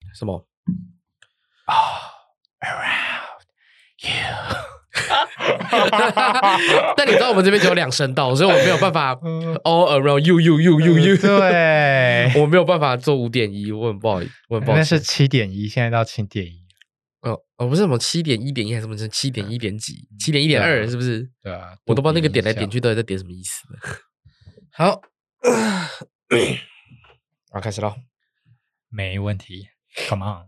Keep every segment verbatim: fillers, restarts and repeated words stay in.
什么 All around you 但你知道我们这边只有两声道，所以我没有办法 all around you you you you you 对我没有办法做五点一，我很不好意思，我很抱歉。 那是七点一，现在到七点一。 哦哦，不是什么七点一点一还是什么？是七点一点几？七点一点二是不是？ 对啊， 我都不知道那个点来点去到底在点什么意思。好，好，开始咯。 没问题 ，Come on。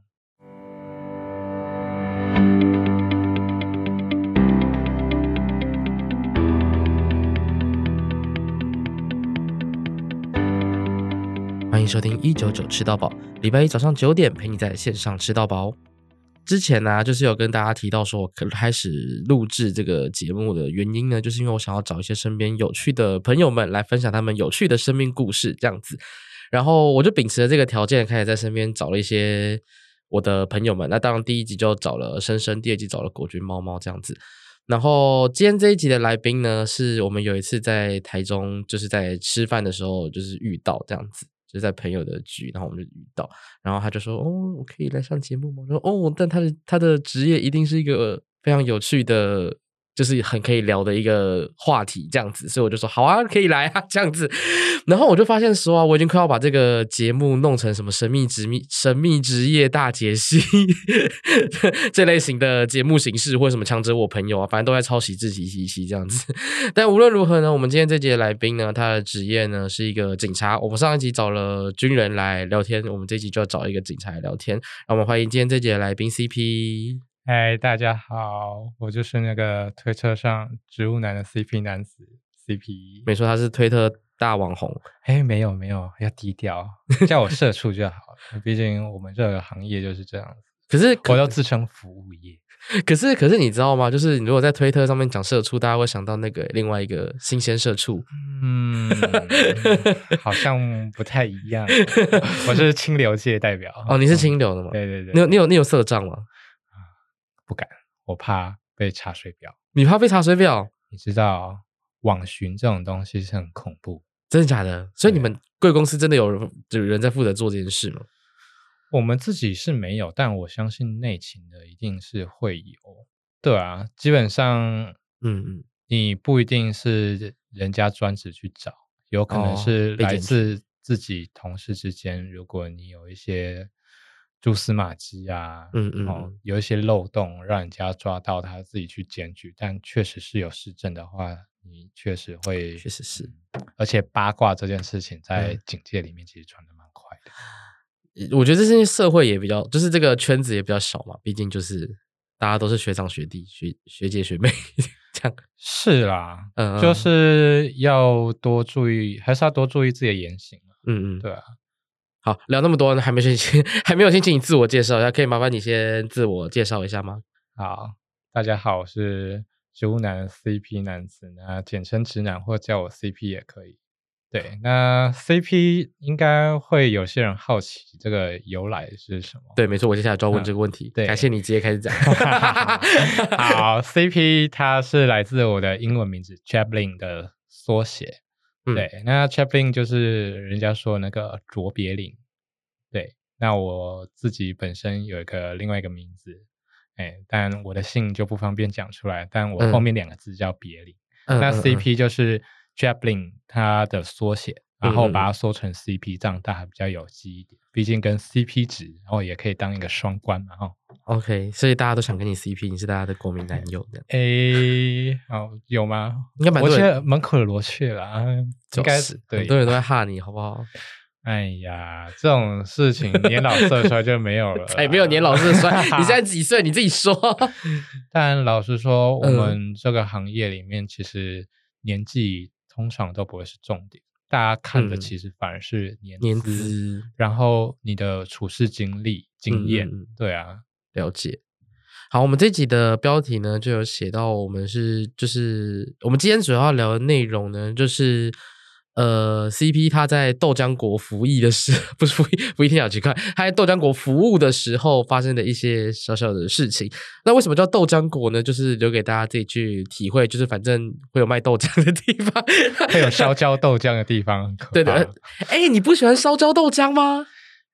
欢迎收听一九九吃到饱，礼拜一早上九点陪你在线上吃到饱。之前呢、啊，就是有跟大家提到说，我开始录制这个节目的原因呢，就是因为我想要找一些身边有趣的朋友们来分享他们有趣的生命故事，这样子。然后我就秉持着这个条件，开始在身边找了一些我的朋友们。那当然第一集就找了深深，第二集找了国军猫猫这样子。然后今天这一集的来宾呢，是我们有一次在台中，就是在吃饭的时候，就是遇到这样子。就是在朋友的局，然后我们就遇到，然后他就说：“哦，我可以来上节目吗？”我说：“哦，但他的他的职业一定是一个非常有趣的，就是很可以聊的一个话题，这样子。”所以我就说：“好啊，可以来啊，这样子。”然后我就发现说啊，我已经快要把这个节目弄成什么神秘职秘神秘职业大解析这类型的节目形式，或者什么强者我朋友啊，反正都在抄袭自己一期这样子。但无论如何呢，我们今天这集的来宾呢，他的职业呢是一个警察。我们上一集找了军人来聊天，我们这集就要找一个警察来聊天。让我们欢迎今天这集的来宾 C P。 嗨，大家好，我就是那个推车上植物男的 C P 男子 C P。 没错，他是推特大网红。 哎，没有没有，要低调，叫我社畜就好了。毕竟我们这个行业就是这样子。 可是我都自称服务业。 可是可是你知道吗？就是你如果在推特上面讲社畜，大家会想到那个另外一个新鲜社畜。 嗯，好像不太一样。我是清流界代表。 哦，你是清流的吗？ 对对对。 你有你有你有色账吗？ 不敢，我怕被查水表。 你怕被查水表？ 你知道网寻这种东西是很恐怖。 真的假的？所以你们贵公司真的有人有人在负责做这件事吗？ 我们自己是没有，但我相信内勤的一定是会有。对啊，基本上， 嗯嗯， 你不一定是人家专职去找，有可能是来自自己同事之间。如果你有一些蛛丝马迹啊， 嗯嗯, 嗯、 哦，有一些漏洞，让人家抓到他自己去检举，但确实是有事证的话，你确实会， 确实是。 而且八卦这件事情在警界里面其实传得蛮快的。我觉得这是社会也比较，就是这个圈子也比较小嘛，毕竟就是大家都是学长学弟、学学姐学妹这样。 是啦， 嗯， 就是要多注意，还是要多注意自己的言行。 嗯嗯， 对啊。 好，聊那么多，还没先还没有先请你自我介绍一下，可以麻烦你先自我介绍一下吗？ 好，大家好，我是植物男的 C P 男子，那简称直男或叫我 C P 也可以。对，那 C P 应该会有些人好奇这个由来是什么？ 对，没错，我接下来就要问这个问题。嗯、对，感谢你直接开始讲。 好 ，C P 它是来自我的英文名字 Chaplin 的缩写。嗯、对，那 Chaplin 就是人家说那个卓别林。对，那我自己本身有一个另外一个名字，哎，但我的姓就不方便讲出来，但我后面两个字叫别林。嗯、那 C P 就是 Chaplin 它的缩写，然后把它缩成 C P， 这样大家比较有记忆一点。毕竟跟 C P 值，然后也可以当一个双关嘛，哈。 OK， 所以大家都想跟你 C P， 你是大家的国民男友的。 诶，哦，有吗？ 应该蛮多人， 门可罗雀啦，应该是对，很多人都在哈你，好不好？ 哎呀，这种事情年老色衰就没有了。 哎，没有年老色衰，你现在几岁？你自己说。 但老实说，我们这个行业里面，其实年纪通常都不会是重点。大家看的其实反而是年资， 年资然后你的处事经历、经验，嗯、对啊， 了解。好，我们这集的标题呢，就有写到我们是，就是我们今天主要聊的内容呢，就是呃 ，C P 他在豆浆国服役的时，不是服役，服役听起来奇怪，他在豆浆国服务的时候发生的一些小小的事情。那为什么叫豆浆国呢？就是留给大家自己去体会，就是反正会有卖豆浆的地方， 会有烧焦豆浆的地方。 对的，哎、欸，你不喜欢烧焦豆浆吗？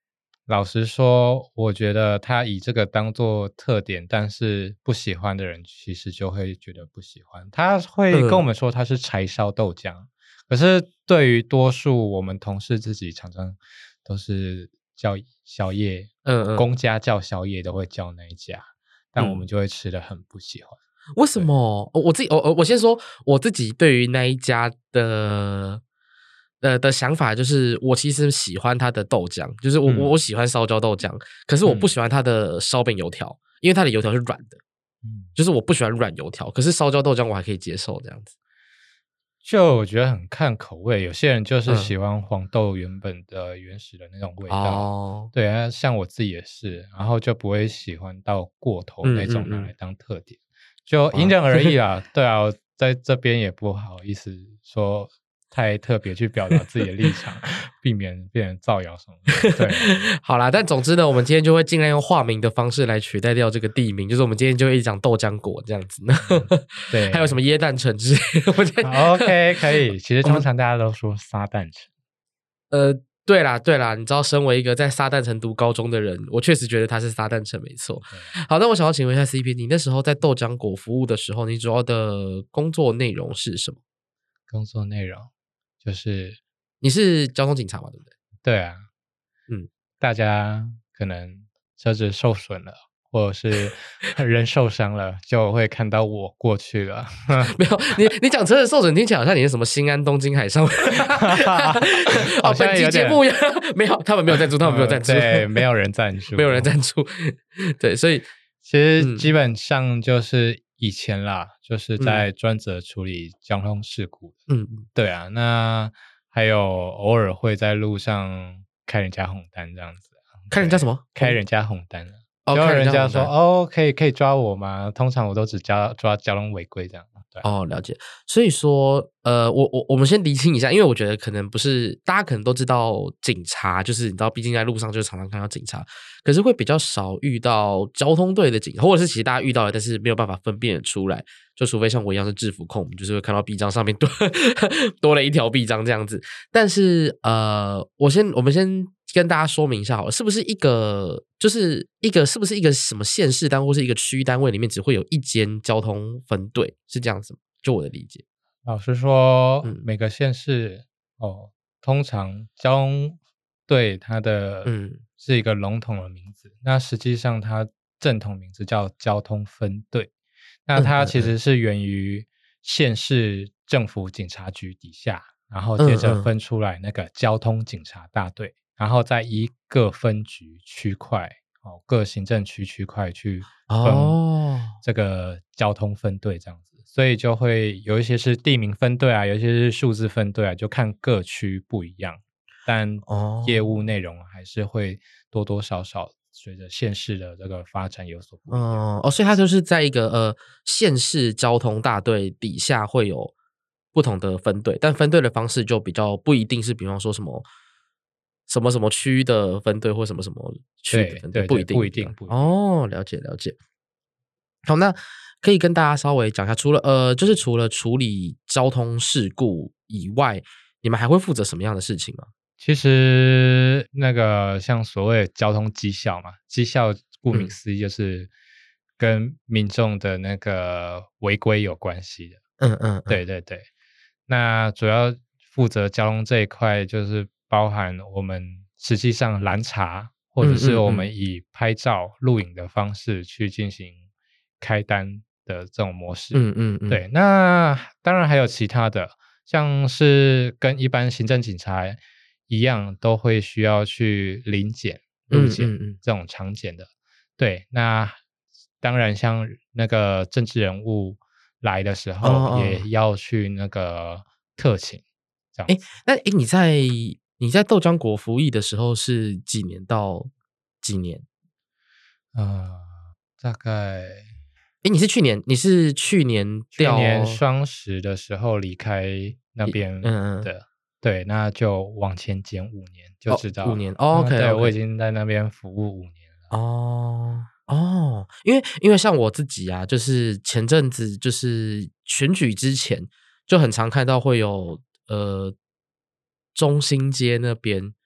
老实说，我觉得他以这个当做特点，但是不喜欢的人其实就会觉得不喜欢。他会跟我们说他是柴烧豆浆，嗯、可是对于多数我们同事自己常常都是叫宵夜，嗯嗯，公家叫宵夜都会叫那一家，但我们就会吃得很不喜欢。 嗯、为什么？我自己，我我先说我自己对于那一家的。呃的想法就是，我其实喜欢它的豆浆，就是我、嗯、我喜欢烧焦豆浆，可是我不喜欢它的烧饼油条，嗯、因为它的油条是软的，嗯，就是我不喜欢软油条，可是烧焦豆浆我还可以接受这样子。 就我觉得很看口味，有些人就是喜欢黄豆原本的原始的那种味道，哦、对啊，像我自己也是，然后就不会喜欢到过头那种拿来当特点，嗯嗯嗯就因人而异啦。对啊，我在这边也不好意思说。太特别去表达自己的立场，避免被人造谣什么的。对， 好啦，但总之呢，我们今天就会尽量用化名的方式来取代掉这个地名，就是我们今天就会讲豆浆果这样子。嗯、 对， 还有什么耶诞城之类的。 OK， 可以。其实通常大家都说撒旦城。 呃，对啦，对啦，你知道，身为一个在撒旦城读高中的人，我确实觉得他是撒旦城没错。好，那我想要请问一下 C P， 你那时候在豆浆果服务的时候，你主要的工作内容是什么？ 工作内容。就是你是交通警察嘛，对不对？ 对啊，嗯，大家可能车子受损了，或者是人受伤了，就会看到我过去了。 没有，你你讲车子受损，听起来好像你是什么新安东京海上， 好像有点节目没有，他们没有赞助，他们没有赞助， 对，没有人赞助， 没有人赞助，对，所以其实基本上就是以前啦，就是在专责处理交通事故。嗯，对啊，那还有偶尔会在路上开人家红单这样子。 开人家什么？ 开人家红单。哦，就人家说哦，可以可以抓我吗？通常我都只抓抓交通违规这样。对哦，了解。所以说，呃，我我我们先厘清一下，因为我觉得可能不是大家可能都知道警察，就是你知道，毕竟在路上就常常看到警察，可是会比较少遇到交通队的警察，或者是其实大家遇到了，但是没有办法分辨出来，就除非像我一样是制服控，就是会看到臂章上面多多了一条臂章这样子。但是呃，我先我们先跟大家说明一下好了，是不是一个就是一个是不是一个什么县市单位或是一个区单位里面只会有一间交通分队，是这样子吗？就我的理解。 老实说，嗯、每个县市哦，通常交通队它的嗯是一个笼统的名字，嗯、那实际上它正统名字叫交通分队。那它其实是源于县市政府警察局底下，然后接着分出来那个交通警察大队，嗯嗯然后再依各分局区块哦，各行政区区块去分这个交通分队这样子。所以就会有一些是地名分队啊，有一些是数字分队啊，就看各区不一样，但业务内容还是会多多少少随着县市的这个发展有所不一样。 哦哦，所以它就是在一个呃县市交通大队底下会有不同的分队，但分队的方式就比较不一定是，比方说什么什么什么区的分队或什么什么区的分队，不一定， 不一定，不一定。 哦，了解了解。好，那可以跟大家稍微讲一下，除了呃，就是除了处理交通事故以外，你们还会负责什么样的事情吗？ 其实那个像所谓的交通绩效嘛，绩效顾名思义就是跟民众的那个违规有关系的。嗯嗯, 嗯，对对对。那主要负责交通这一块，就是包含我们实际上拦查，或者是我们以拍照、录影的方式去进行开单的这种模式。嗯嗯嗯，对。那当然还有其他的，像是跟一般行政警察一样，都会需要去临检、路检、嗯嗯嗯、这种常检的。对，那当然像那个政治人物来的时候，也要去那个特勤。这样。 哎，那哎，你在你在豆浆果服役的时候是几年到几年？ 呃，大概。 哎，你是去年，你是去年调去年双十的时候离开那边的，嗯嗯对，那就往前减五年就知道、 哦、五年、哦、OK，, 对 okay. 我已经在那边服务五年了。 哦哦，因为因为像我自己啊，就是前阵子就是选举之前，就很常看到会有呃中兴街那边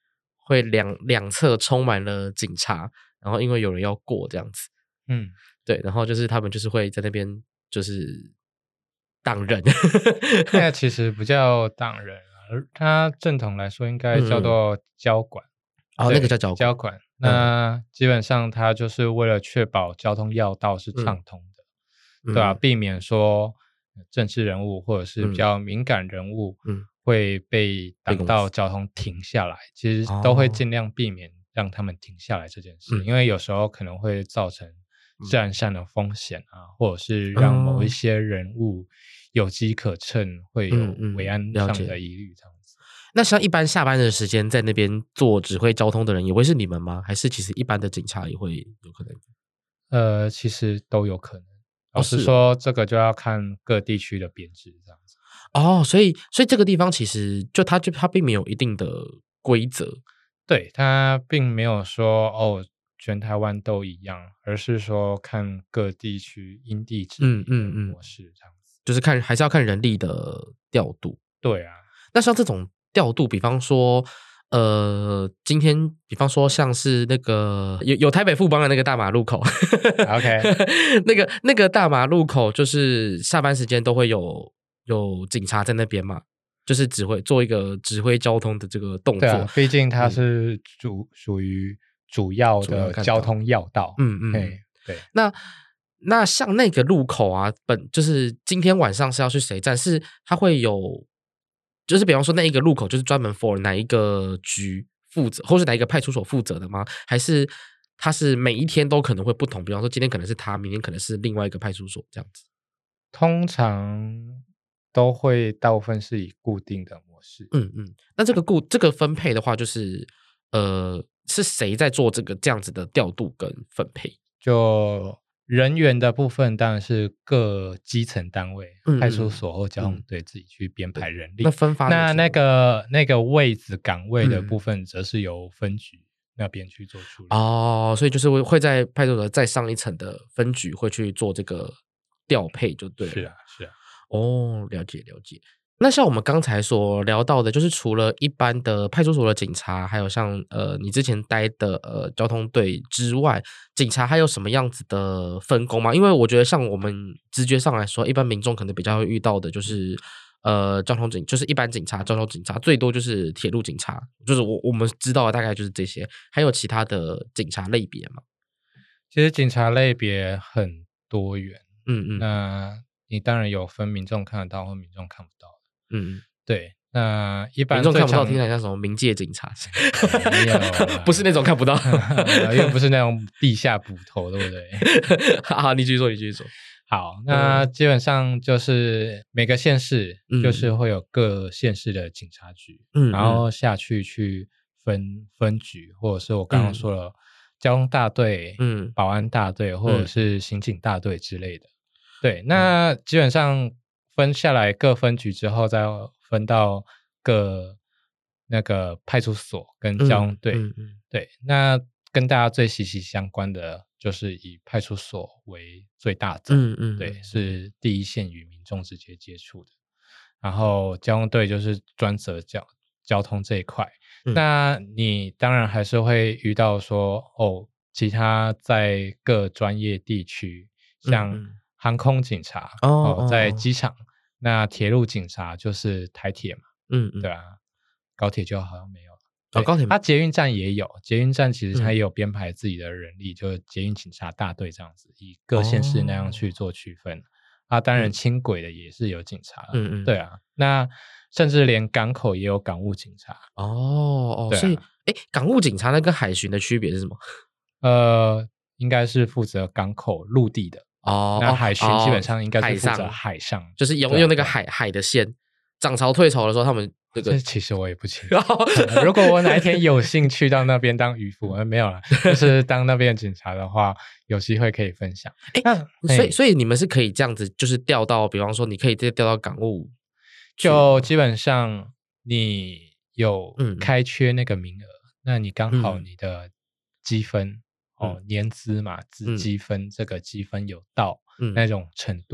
会两两侧充满了警察，然后因为有人要过这样子， 嗯， 对，然后就是他们就是会在那边就是挡人， 那其实不叫挡人啊，而它正统来说应该叫做交管。 哦，那个叫交管。 交管，那基本上它就是为了确保交通要道是畅通的， 嗯、 对吧、啊？避免说政治人物或者是比较敏感人物， 嗯， 会被挡到交通停下来，其实都会尽量避免让他们停下来这件事， 嗯、 因为有时候可能会造成治安上的风险啊，或者是让某一些人物有机可乘，会有维安上的疑虑这样子。 那像一般下班的时间在那边做指挥交通的人，也会是你们吗？还是其实一般的警察也会有可能？ 呃，其实都有可能。老实哦， 说，这个就要看各地区的编制这样子。 哦，所以所以这个地方其实就它就它并没有一定的规则， 对，它并没有说哦全台湾都一样，而是说看各地区因地制宜的模式这样子。 嗯嗯嗯，就是看还是要看人力的调度。 对啊， 那像这种调度，比方说，呃，今天比方说像是那个有有台北富邦的那个大马路口 ，OK， 那个那个大马路口，就是下班时间都会有有警察在那边嘛，就是指挥做一个指挥交通的这个动作。 对啊，毕竟它是主属于主要的交通要道。 嗯嗯， 对。 那那像那个路口啊，本就是今天晚上是要去谁站，是它会有。就是比方说那一个路口就是专门 for 哪一个局负责，或是哪一个派出所负责的吗？还是它是每一天都可能会不同？比方说今天可能是他，明天可能是另外一个派出所这样子。 通常都会大部分是以固定的模式。 嗯嗯，那这个固这个分配的话，就是呃是谁在做这个这样子的调度跟分配？ 就人员的部分当然是各基层单位、嗯、派出所或交通队自己去编排人力。 那分发那那个那个位置岗位的部分，则是由分局那边去做处理。 哦，所以就是会在派出所再上一层的分局会去做这个调配，就对了。 是啊，是啊。 哦，了解了解。那像我们刚才所聊到的，就是除了一般的派出所的警察，还有像呃你之前待的呃交通队之外，警察还有什么样子的分工吗？因为我觉得像我们直觉上来说，一般民众可能比较会遇到的就是呃交通警，就是一般警察、交通警察，最多就是铁路警察，就是我我们知道的大概就是这些，还有其他的警察类别吗？ 其实警察类别很多元， 嗯嗯， 那你当然有分民众看得到或民众看不到的。 嗯， 对，那一般民众看不到，听起来像什么冥界警察， 没有， 不是那种看不到， 又不是那种地下捕头，对不对？ 好，你继续说，你继续说。 好，那基本上就是每个县市就是会有各县市的警察局，嗯、然后下去去分分局，或者是我刚刚说了、嗯、交通大队、嗯、保安大队，或者是刑警大队之类的。对，那基本上分下来各分局之后，再分到各那个派出所跟交通队。嗯嗯嗯、对，那跟大家最息息相关的就是以派出所为最大宗，嗯嗯，对，是第一线与民众直接接触的。然后交通队就是专责交交通这一块。嗯、那你当然还是会遇到说，哦，其他在各专业地区，像、嗯。航空警察 哦, 哦，在机场，那铁路警察就是台铁嘛，嗯嗯，对啊，高铁就好像没有了。哦，高铁它捷运站也有，捷运站其实它也有编排自己的人力，嗯、就是捷运警察大队这样子，以各县市那样去做区分。哦、啊，当然轻轨的也是有警察，嗯嗯，对啊，那甚至连港口也有港务警察。 哦哦，啊、所以，哎，港务警察那跟海巡的区别是什么？ 呃，应该是负责港口陆地的。哦，那海巡基本上应该是负责海上， 海就是用用那个海海的线，涨潮退潮的时候，他们这个其实我也不清楚。如果我哪一天有幸去到那边当渔夫，呃，没有啦，就是当那边的警察的话，有机会可以分享。 哎，所以所以你们是可以这样子，就是调到，比方说你可以直接调到港务， 就基本上你有开缺那个名额，嗯、那你刚好你的积分。嗯哦，年资嘛，资积分、嗯、这个积分有到那种程度，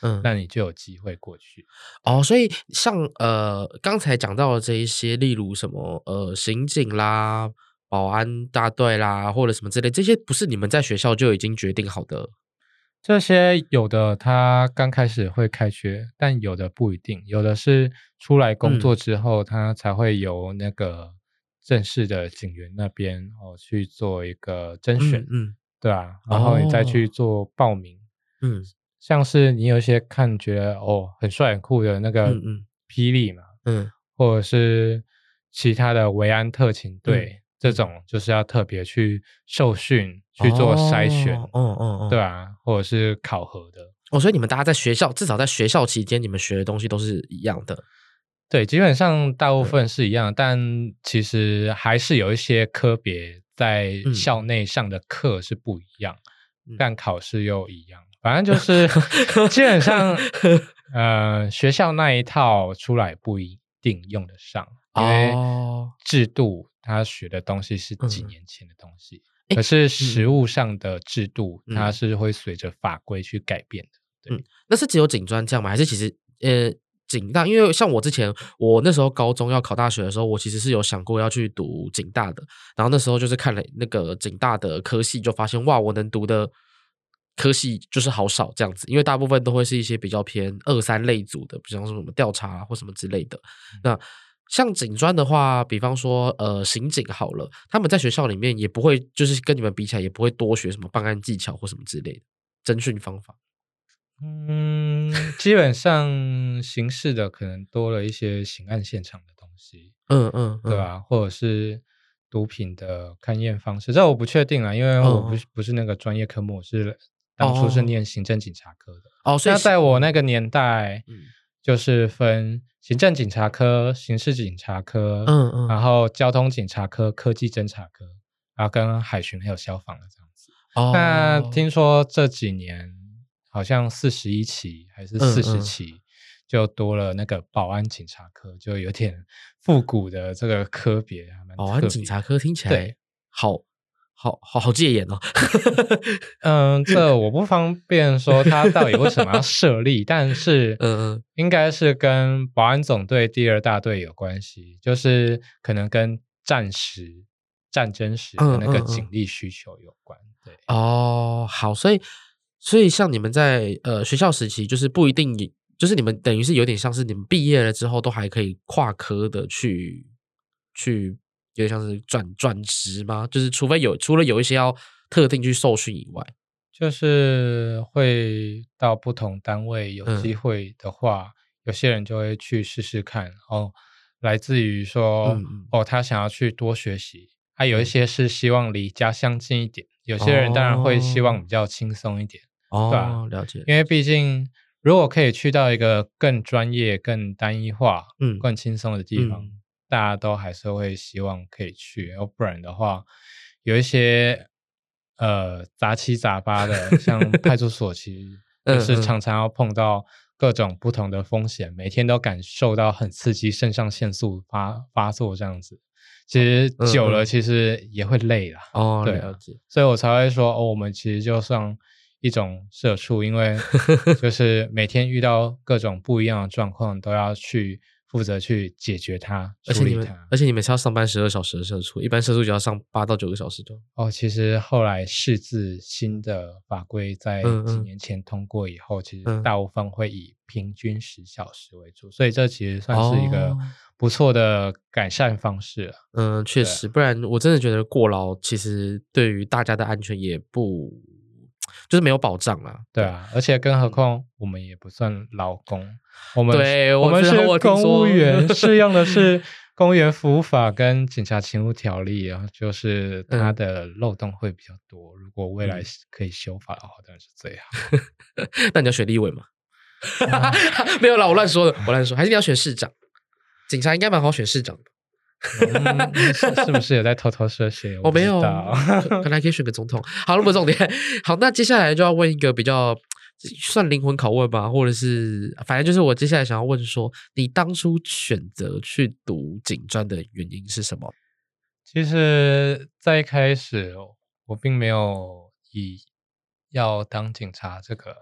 嗯，那你就有机会过去。 哦，所以像呃刚才讲到的这一些，例如什么呃刑警啦、保安大队啦，或者什么之类，这些不是你们在学校就已经决定好的？ 这些有的他刚开始会开缺，但有的不一定，有的是出来工作之后，嗯、他才会由那个正式的警员那边哦去做一个甄选，嗯，嗯对啊，然后你再去做报名，嗯，像是你有一些看觉得哦很帅很酷的那个霹雳嘛，嗯，嗯或者是其他的维安特勤队。嗯这种就是要特别去受训、去做筛选，哦哦哦，对啊，或者是考核的。 哦，所以你们大家在学校，至少在学校期间，你们学的东西都是一样的。 对，基本上大部分是一样，嗯、但其实还是有一些科别在校内上的课是不一样，嗯、但考试又一样。反正就是基本上，呃，学校那一套出来不一定用得上，因为制度。他学的东西是几年前的东西，嗯、可是实务上的制度，嗯、它是会随着法规去改变的。对， 嗯，那是只有警专这样吗？还是其实呃警大？因为像我之前，我那时候高中要考大学的时候，我其实是有想过要去读警大的。然后那时候就是看了那个警大的科系，就发现哇，我能读的科系就是好少这样子，因为大部分都会是一些比较偏二三类组的，比方说什么调查或什么之类的。嗯、那像警专的话，比方说呃刑警好了，他们在学校里面也不会，就是跟你们比起来，也不会多学什么办案技巧或什么之类的侦讯方法。 嗯，基本上刑事的可能多了一些刑案现场的东西，嗯嗯，对吧？或者是毒品的勘验方式，这我不确定啊，因为我不是、哦、不是那个专业科目，我是当初是念行政警察科的。哦，所以那在我那个年代，嗯，就是分行政警察科、刑事警察科，嗯嗯，然后交通警察科、科技侦查科，然后跟海巡还有消防的这样子。哦，那听说这几年好像四十一期还是四十期、嗯嗯、就多了那个保安警察科，就有点复古的这个科别，还蛮特别。 保安警察科听起来好好好好戒严哦。 嗯，这我不方便说他到底为什么要设立，但是嗯，应该是跟保安总队第二大队有关系，就是可能跟战时、战争时的那个警力需求有关。嗯嗯嗯对哦，好，所以所以像你们在呃学校时期，就是不一定，就是你们等于是有点像是你们毕业了之后，都还可以跨科的去去。有点像是转转职吗？就是除非有除了有一些要特定去受训以外， 就是会到不同单位有机会的话，嗯、有些人就会去试试看。哦，来自于说，嗯嗯哦，他想要去多学习。还、啊、有一些是希望离家乡近一点，有些人当然会希望比较轻松一点， 哦， 对吧？ 了解。 因为毕竟如果可以去到一个更专业、更单一化、嗯、更轻松的地方。嗯大家都还是会希望可以去，要不然的话，有一些呃杂七杂八的，像派出所，其实就是常常要碰到各种不同的风险，每天都感受到很刺激，肾上腺素发发作这样子。其实久了，其实也会累啦。 哦，对，了解。 所以我才会说，哦，我们其实就算一种社畜，因为就是每天遇到各种不一样的状况，都要去。负责去解决它，处理它。 而且你们是要上班十二小时的社畜，一般社畜就要上八到九个小时就。 哦，其实后来释字新的法规在几年前通过以后，嗯嗯其实大部分会以平均十小时为主，所以这其实算是一个不错的改善方式了。 嗯，确实，不然我真的觉得过劳其实对于大家的安全也不。就是没有保障啦， 对啊，而且更何况我们也不算劳工，我们对我们是公务员，适用的是公务员服务法跟警察勤务条例啊，就是它的漏洞会比较多。嗯、如果未来可以修法的话，当然是最好。 那你要选立委吗？没有啦，我乱说的，我乱说，还是你要选市长？警察应该蛮好选市长的。 嗯、是, 是不是有在偷偷涉险？ 我没有，可能还可以选个总统。好，那不重点。好，那接下来就要问一个比较算灵魂拷问吧，或者是反正就是我接下来想要问说，你当初选择去读警专的原因是什么？ 其实在一开始我并没有以要当警察这个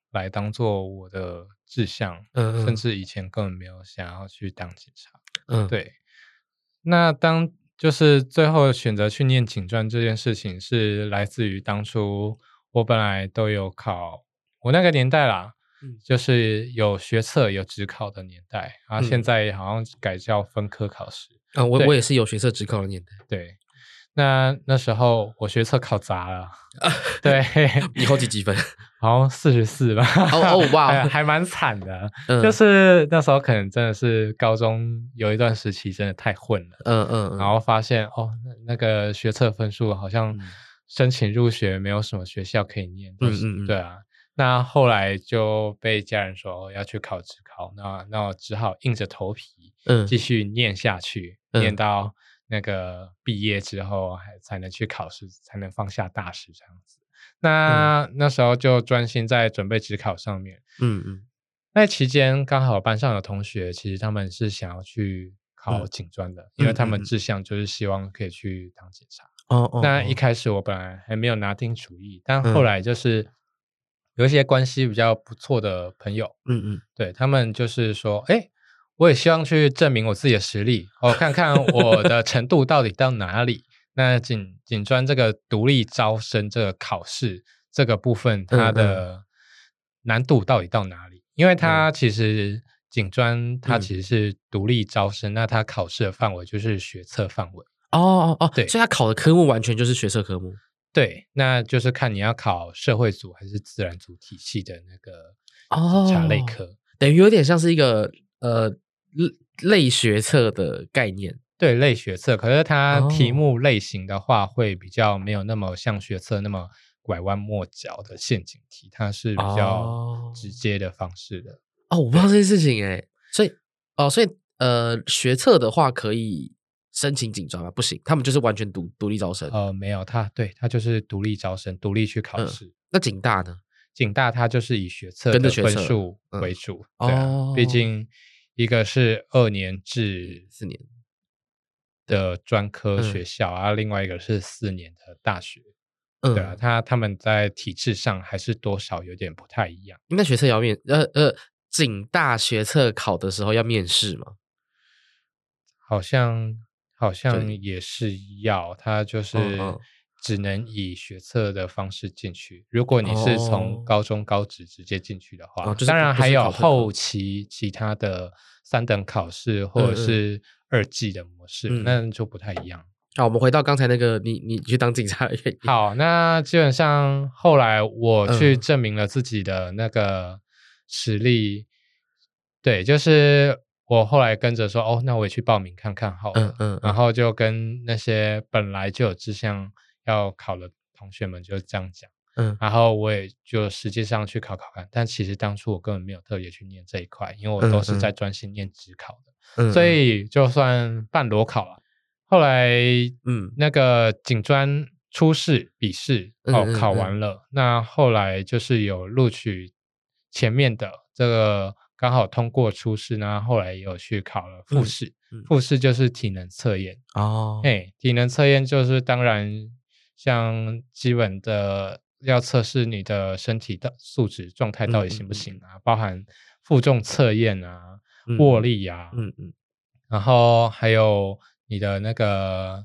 来当做我的志向， 嗯嗯甚至以前根本没有想要去当警察。 嗯， 对，那当就是最后选择去念警专这件事情，是来自于当初我本来都有考，我那个年代啦， 嗯就是有学测有指考的年代，然后现嗯在好像改叫分科考试。 啊，我对我也是有学测指考的年代， 对，那那时候我学测考砸了，对， 你后几几分？ 好像四十四吧， 哦哦哇还还蛮惨的， 嗯就是那时候可能真的是高中有一段时期真的太混了， 嗯嗯嗯， 然后发现哦，那那个学测分数好像嗯申请入学没有什么学校可以念，都是嗯嗯嗯对啊。那后来就被家人说哦要去考职考，那那我只好硬着头皮嗯继续念下去， 嗯念到那个毕业之后还才能去考试，才能放下大事这样子。那那时候就专心在准备职考上面。 嗯嗯那期间刚好班上有同学，其实他们是想要去考嗯警专的，因为他们嗯嗯嗯志向就是希望可以去当警察。 哦哦那一哦， 开始我本来还没有拿定主意，但嗯后来就是有一些关系比较不错的朋友， 嗯嗯对，他们就是说，哎，我也希望去证明我自己的实力，哦，看看我的程度到底到哪里。那警警专这个独立招生这个考试这个部分，它嗯嗯的难度到底到哪里？因为嗯它其实警专它嗯其实是独立招生，那它考试的范围就是学测范围。 哦哦哦， 对所以他考的科目完全就是学测科目。 对，那就是看你要考社会组还是自然组体系的那个哦， 警察类科。 等于有点像是一个呃类类学测的概念。 对，类学测，可是它题哦目类型的话，会比较没有那么像学测那么拐弯抹角的陷阱题，它是比较哦直接的方式的。 哦，我不知道这件事情哎，所以哦，所以呃，学测的话可以申请警专吗？不行，他们就是完全独独立招生。 呃，没有，它对它就是独立招生，独立去考嗯， 试。 那警大呢？ 警大它就是以学测的跟着学测分数嗯为主，对啊， 哦， 毕竟一个是二年制四年。 的专科学嗯校，啊，另外一个是四年的大学，对啊， 嗯， 他他们在体制上还是多少有点不太一样。 应该学测也要面呃呃，警大学测考的时候要面试吗？ 好像好像对也是要，他就嗯是嗯只能以学测的方式进去。如果你是从哦高中高职直接进去的话， 哦就是当不不是然还有考特考后期其他的三等考试或者嗯嗯是二技的模式， 嗯那就不太一样。 好，我们回到刚才那个你你去当警察的原因。 好，那基本上后来我去嗯证明了自己的那个实力，对，就是我后来跟着说，哦，那我也去报名看看好了， 嗯嗯嗯然后就跟那些本来就有志向要考的同学们就这样讲， 嗯然后我也就实际上去考考看，但其实当初我根本没有特别去念这一块，因为我都是在专心念职考的， 嗯， 所以就算半裸考了。后来， 嗯那个警专初试、笔试哦， 嗯嗯考完了。那后来就是有录取前面的这个刚好通过初试呢，后来也有去考了复试。 嗯复试就是体能测验， 哦， 嘿，体能测验就是当然像基本的要测试你的身体的素质状态到底行不行啊，包含负重测验啊、 嗯握力啊， 嗯嗯然后还有你的那个，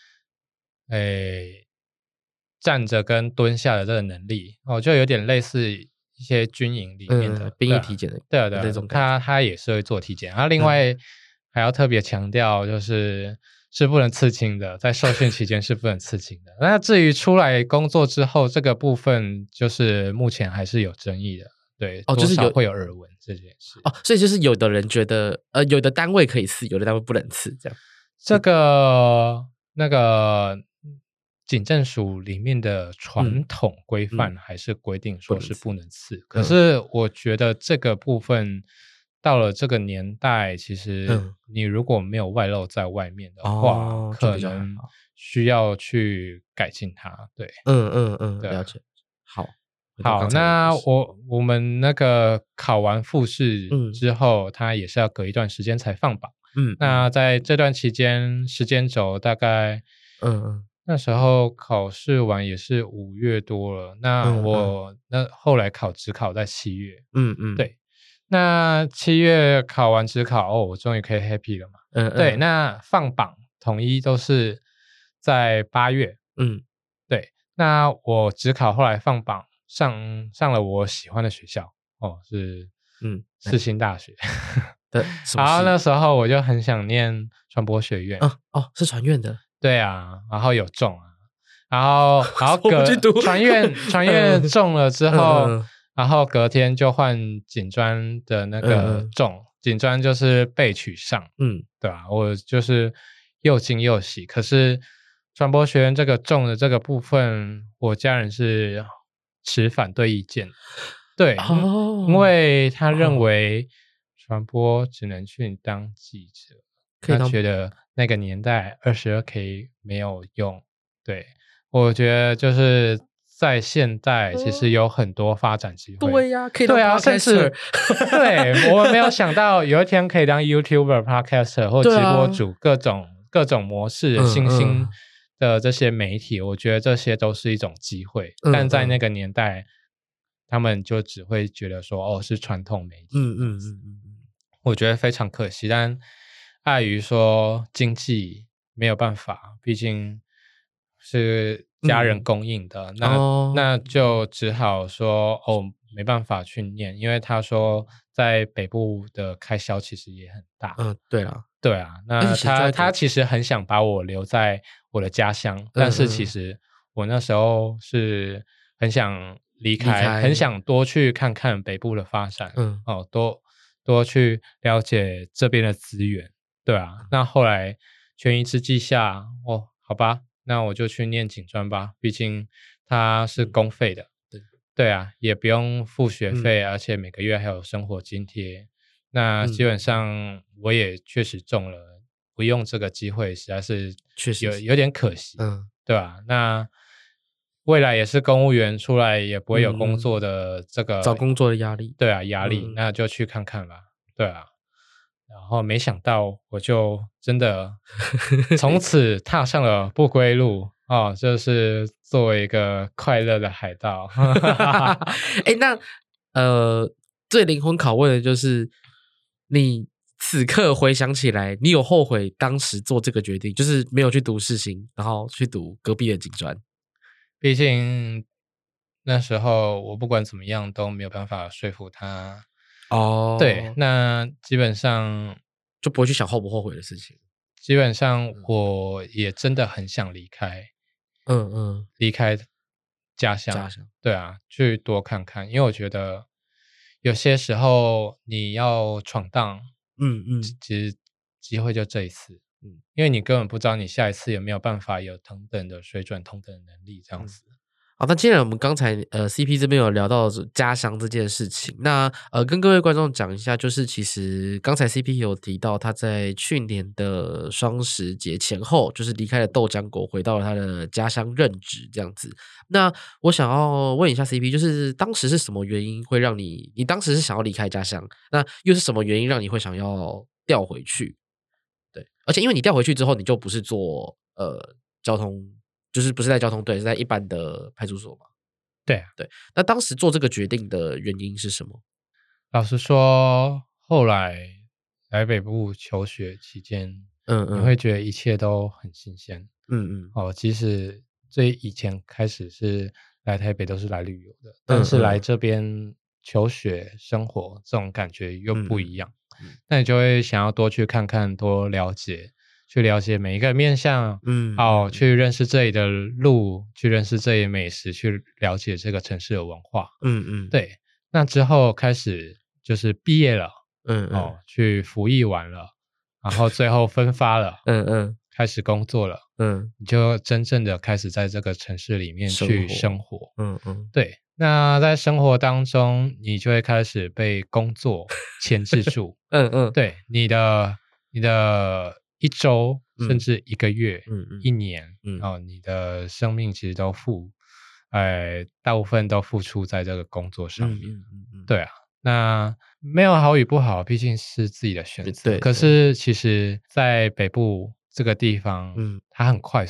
诶，站着跟蹲下的这个能力，哦，就有点类似一些军营里面的嗯，兵对啊役体检的对啊对啊， 那种感觉。 他他也是会做体检，然后另外还要特别强调，就是是不能刺青的，在受训期间是不能刺青的。那至于出来工作之后，这个部分就是目前还是有争议的。对， 哦就是有多少会有耳闻这件事。 哦，所以就是有的人觉得，呃，有的单位可以刺，有的单位不能刺，这样。 这个那个警政署里面的传统规范还是规定说是不能刺，可是我觉得这个部分到了这个年代，其实嗯你如果没有外露在外面的话， 哦就可能比较还好需要去改进它。对， 嗯嗯嗯， 对啊了解。好，回到好， 刚才的那故事我我们那个考完复试嗯之后，它也是要隔一段时间才放榜。 嗯那在这段期间，时间轴大概嗯嗯那时候考试完也是五月多了，那嗯我、嗯、那后来考指考在七月， 嗯嗯， 对，那七月考完指考，哦，我终于可以 happy 了嘛， 嗯嗯， 对，那放榜统一都是在八月， 嗯， 对，那我指考后来放榜上上了我喜欢的学校，哦，是嗯世新大学。 的什么然后系？ 那时候我就很想念传播学院， 啊哦，是传院的， 对啊，然后有中啊，然后然后隔我不去读传院传院中了之后， 嗯嗯然后隔天就换警专的那个嗯嗯中，警专就是被取上， 嗯对啊，我就是又惊又喜。可是传播学院这个中的这个部分，我家人是持反对意见，对，因哦， 因为他认哦为传播只能去当记者，他可以当觉得那个年代 二十二K 没有用。对，我觉得就是在现代其实有很多发展机会。 对呀，可以当对啊，甚至 podcaster 对，我没有想到有一天可以当 YouTuber、Podcaster 或直对啊播主，各种各种模式的嗯新兴嗯的这些媒体，我觉得这些都是一种机会。 嗯但在那嗯个年代，他们就只会觉得说，哦，是传统媒体。 嗯嗯嗯嗯嗯， 我觉得非常可惜，但碍于说经济没有办法，毕竟是家人嗯供应的，那哦， 那就只好说哦，没办法去念，因为他说在北部的开销其实也很大。 嗯，对啦， 对啊， 而且那他其实就在读他其实很想把我留在我的家乡，但是其嗯嗯实我那时候是很想离开， 离开很想多去看看北部的发展， 嗯哦，多多去了解这边的资源，对啊。那后来权宜之计下，哦，好吧，那我就去念警专吧，毕竟它是公费的， 对对啊，也不用付学费， 嗯而且每个月还有生活津贴。那嗯基本上我也确实中了，不用这个机会实在是确实是有有点可惜， 嗯对吧？那未来也是公务员出来也不会有嗯嗯工作的这个找工作的压力， 对啊，压力， 嗯那就去看看吧，对啊。然后没想到我就真的从此踏上了不归路哦，就是作为一个快乐的海盗。 哎，那呃，最灵魂拷问的就是你此刻回想起来，你有后悔当时做这个决定，就是没有去读世新，然后去读隔壁的警专？ 毕竟那时候我不管怎么样都没有办法说服他。 哦， 对，那基本上就不会去想后不后悔的事情。 基本上我也真的很想离开， 嗯嗯， 离开家乡。 家乡， 对啊，去多看看，因为我觉得有些时候你要闯荡， 嗯嗯其实机会就这一次， 嗯因为你根本不知道你下一次有没有办法有同等的水准、同等的能力这样子。 好，那既然我们刚才呃 C P 这边有聊到家乡这件事情，那呃跟各位观众讲一下，就是其实刚才 C P 有提到他在去年的双十节前后，就是离开了豆浆国，回到了他的家乡任职这样子。那我想要问一下 C P，就是当时是什么原因会让你，你当时是想要离开家乡，那又是什么原因让你会想要调回去？对，而且因为你调回去之后，你就不是做呃交通。就是不是在交通队，是在一般的派出所嘛？ 对啊， 对。那当时做这个决定的原因是什么？ 老实说，后来来北部求学期间， 嗯嗯， 你会觉得一切都很新鲜。 嗯嗯， 哦，即使最以前开始是来台北都是来旅游的，但是来这边求学生活，这种感觉又不一样。 嗯嗯、 那你就会想要多去看看，多了解。去了解每一个面向， 嗯， 哦，去认识这里的路，去认识这里美食，去了解这个城市的文化， 嗯嗯， 对。那之后开始就是毕业了， 嗯嗯， 哦，去服役完了，然后最后分发了， 嗯嗯， 开始工作了，嗯，你就真正的开始在这个城市里面去生活， 嗯嗯， 对。那在生活当中，你就会开始被工作牵制住， 嗯嗯， 对，你的你的。一周甚至一个月、 嗯嗯、 一年、嗯、哦，你的生命其实都付，呃，大部分都付出在这个工作上面。嗯嗯嗯、对啊，那没有好与不好，毕竟是自己的选择。 对， 可是其实，在北部这个地方，嗯，它很快速，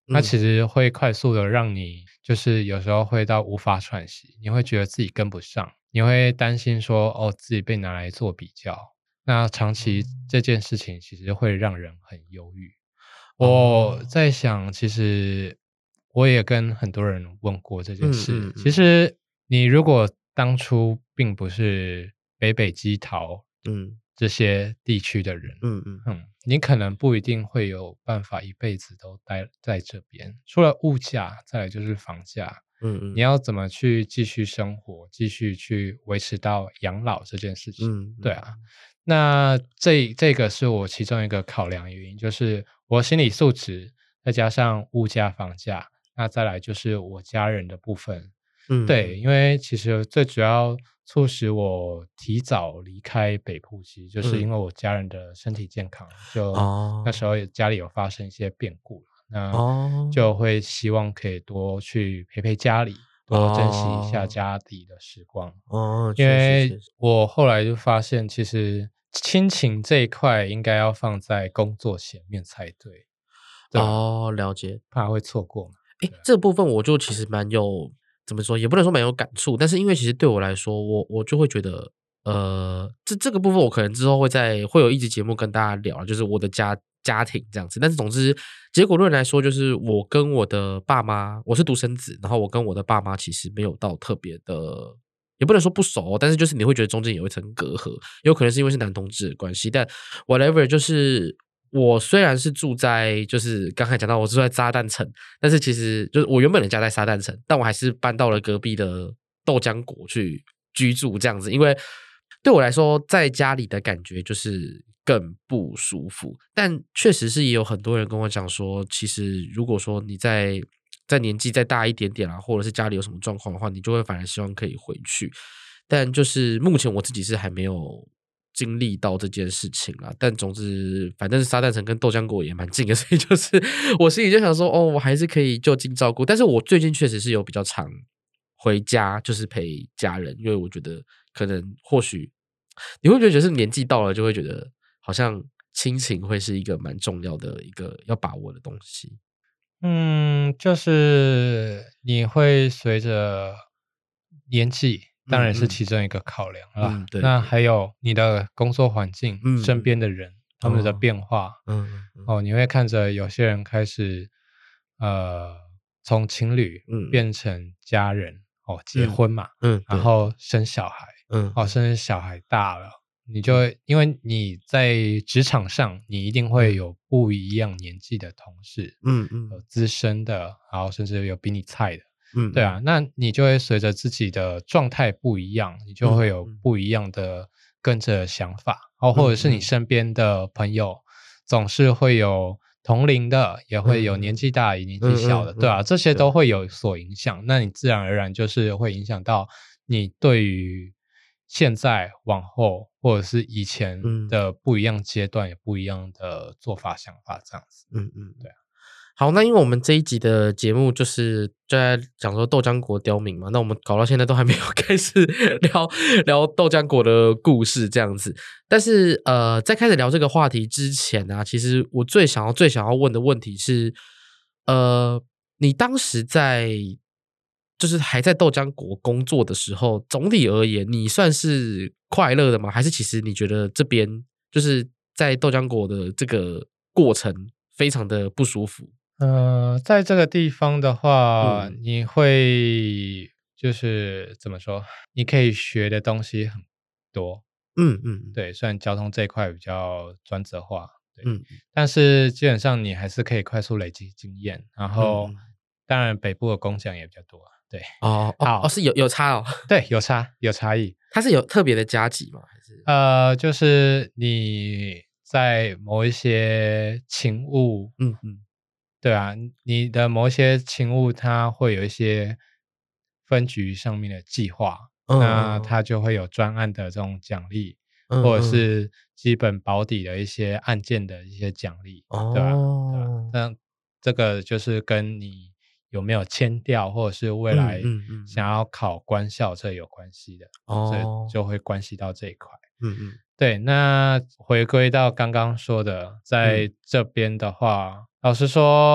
它其实会快速的让你就是有时候会到无法喘息，你会觉得自己跟不上，你会担心说哦自己被拿来做比较，那长期这件事情其实会让人很忧郁。我在想其实我也跟很多人问过这件事，嗯嗯嗯其实你如果当初并不是北北基桃嗯这些地区的人，嗯嗯嗯，你可能不一定会有办法一辈子都待在这边。除了物价，再来就是房价，嗯嗯，你要怎么去继续生活，继续去维持到养老这件事情，嗯嗯对啊。那这这个是我其中一个考量原因，就是我心理素质，再加上物价、房价，那再来就是我家人的部分。嗯，对，因为其实最主要促使我提早离开北部，其实就是因为我家人的身体健康，就那时候家里有发生一些变故了，那就会希望可以多去陪陪家里，多珍惜一下家里的时光。哦，因为我后来就发现，其实亲情这一块应该要放在工作前面才对。 哦，了解， 怕会错过嘛。 诶，这部分我就其实蛮有怎么说，也不能说蛮有感触，但是因为其实对我来说，我我就会觉得，呃，这这个部分我可能之后会在会有一集节目跟大家聊，就是我的家家庭这样子。但是总之，结果论来说，就是我跟我的爸妈，我是独生子，然后我跟我的爸妈其实没有到特别的。也不能说不熟，但是就是你会觉得中间有一层隔阂，有可能是因为是男同志的关系，但 whatever 就是我虽然是住在就是刚才讲到我住在沙旦城，但是其实就是我原本的家在沙旦城，但我还是搬到了隔壁的豆浆国去居住这样子，因为对我来说在家里的感觉就是更不舒服，但确实是也有很多人跟我讲说，其实如果说你在在年纪再大一点点啦，或者是家里有什么状况的话，你就会反而希望可以回去。但就是目前我自己是还没有经历到这件事情啦。但总之，反正沙旦城跟豆浆国也蛮近的，所以就是我心里就想说，哦，我还是可以就近照顾。但是我最近确实是有比较常回家，就是陪家人，因为我觉得可能或许你会觉得是年纪到了，就会觉得好像亲情会是一个蛮重要的一个要把握的东西。 嗯，就是你会随着年纪，当然是其中一个考量啦。嗯，对。那还有你的工作环境，嗯、身边的人，他们的变化，嗯嗯哦，你会看着有些人开始，呃，从情侣变成家人，哦，结婚嘛，嗯，然后生小孩，嗯，哦，甚至小孩大了。你就会因为你在职场上，你一定会有不一样年纪的同事，嗯嗯，有资深的，然后甚至有比你菜的，嗯，对啊，那你就会随着自己的状态不一样，你就会有不一样的跟着想法，哦，或者是你身边的朋友总是会有同龄的，也会有年纪大也年纪小的，对啊，这些都会有所影响，那你自然而然就是会影响到你对于现在往后或者是以前的不一样阶段，有不一样的做法想法这样子。嗯嗯，对啊。 好，那因为我们这一集的节目就是就在讲说豆浆国刁民嘛，那我们搞到现在都还没有开始聊聊豆浆国的故事这样子。但是呃，在开始聊这个话题之前啊，其实我最想要最想要问的问题是，呃，你当时在就是还在豆浆国工作的时候，总体而言，你算是快乐的吗？还是其实你觉得这边就是在豆浆国的这个过程非常的不舒服？ 呃，在这个地方的话，嗯、你会就是怎么说？你可以学的东西很多，嗯嗯，对。虽然交通这一块比较专责化，对，嗯，但是基本上你还是可以快速累积经验。然后，嗯、当然北部的工奖也比较多啊，对。 哦哦哦，是有有差哦， 对，有差有差异。 它是有特别的加级吗？还是呃，就是你在某一些勤务，嗯嗯。对啊，你的某一些勤务，它会有一些分局上面的计划，嗯、那它就会有专案的这种奖励，嗯、或者是基本保底的一些案件的一些奖励，哦、对吧、啊？对吧、啊？那这个就是跟你有没有签调，或者是未来想要考官校这有关系的，哦、这就会关系到这一块。嗯嗯，对。那回归到刚刚说的，在这边的话。老实说，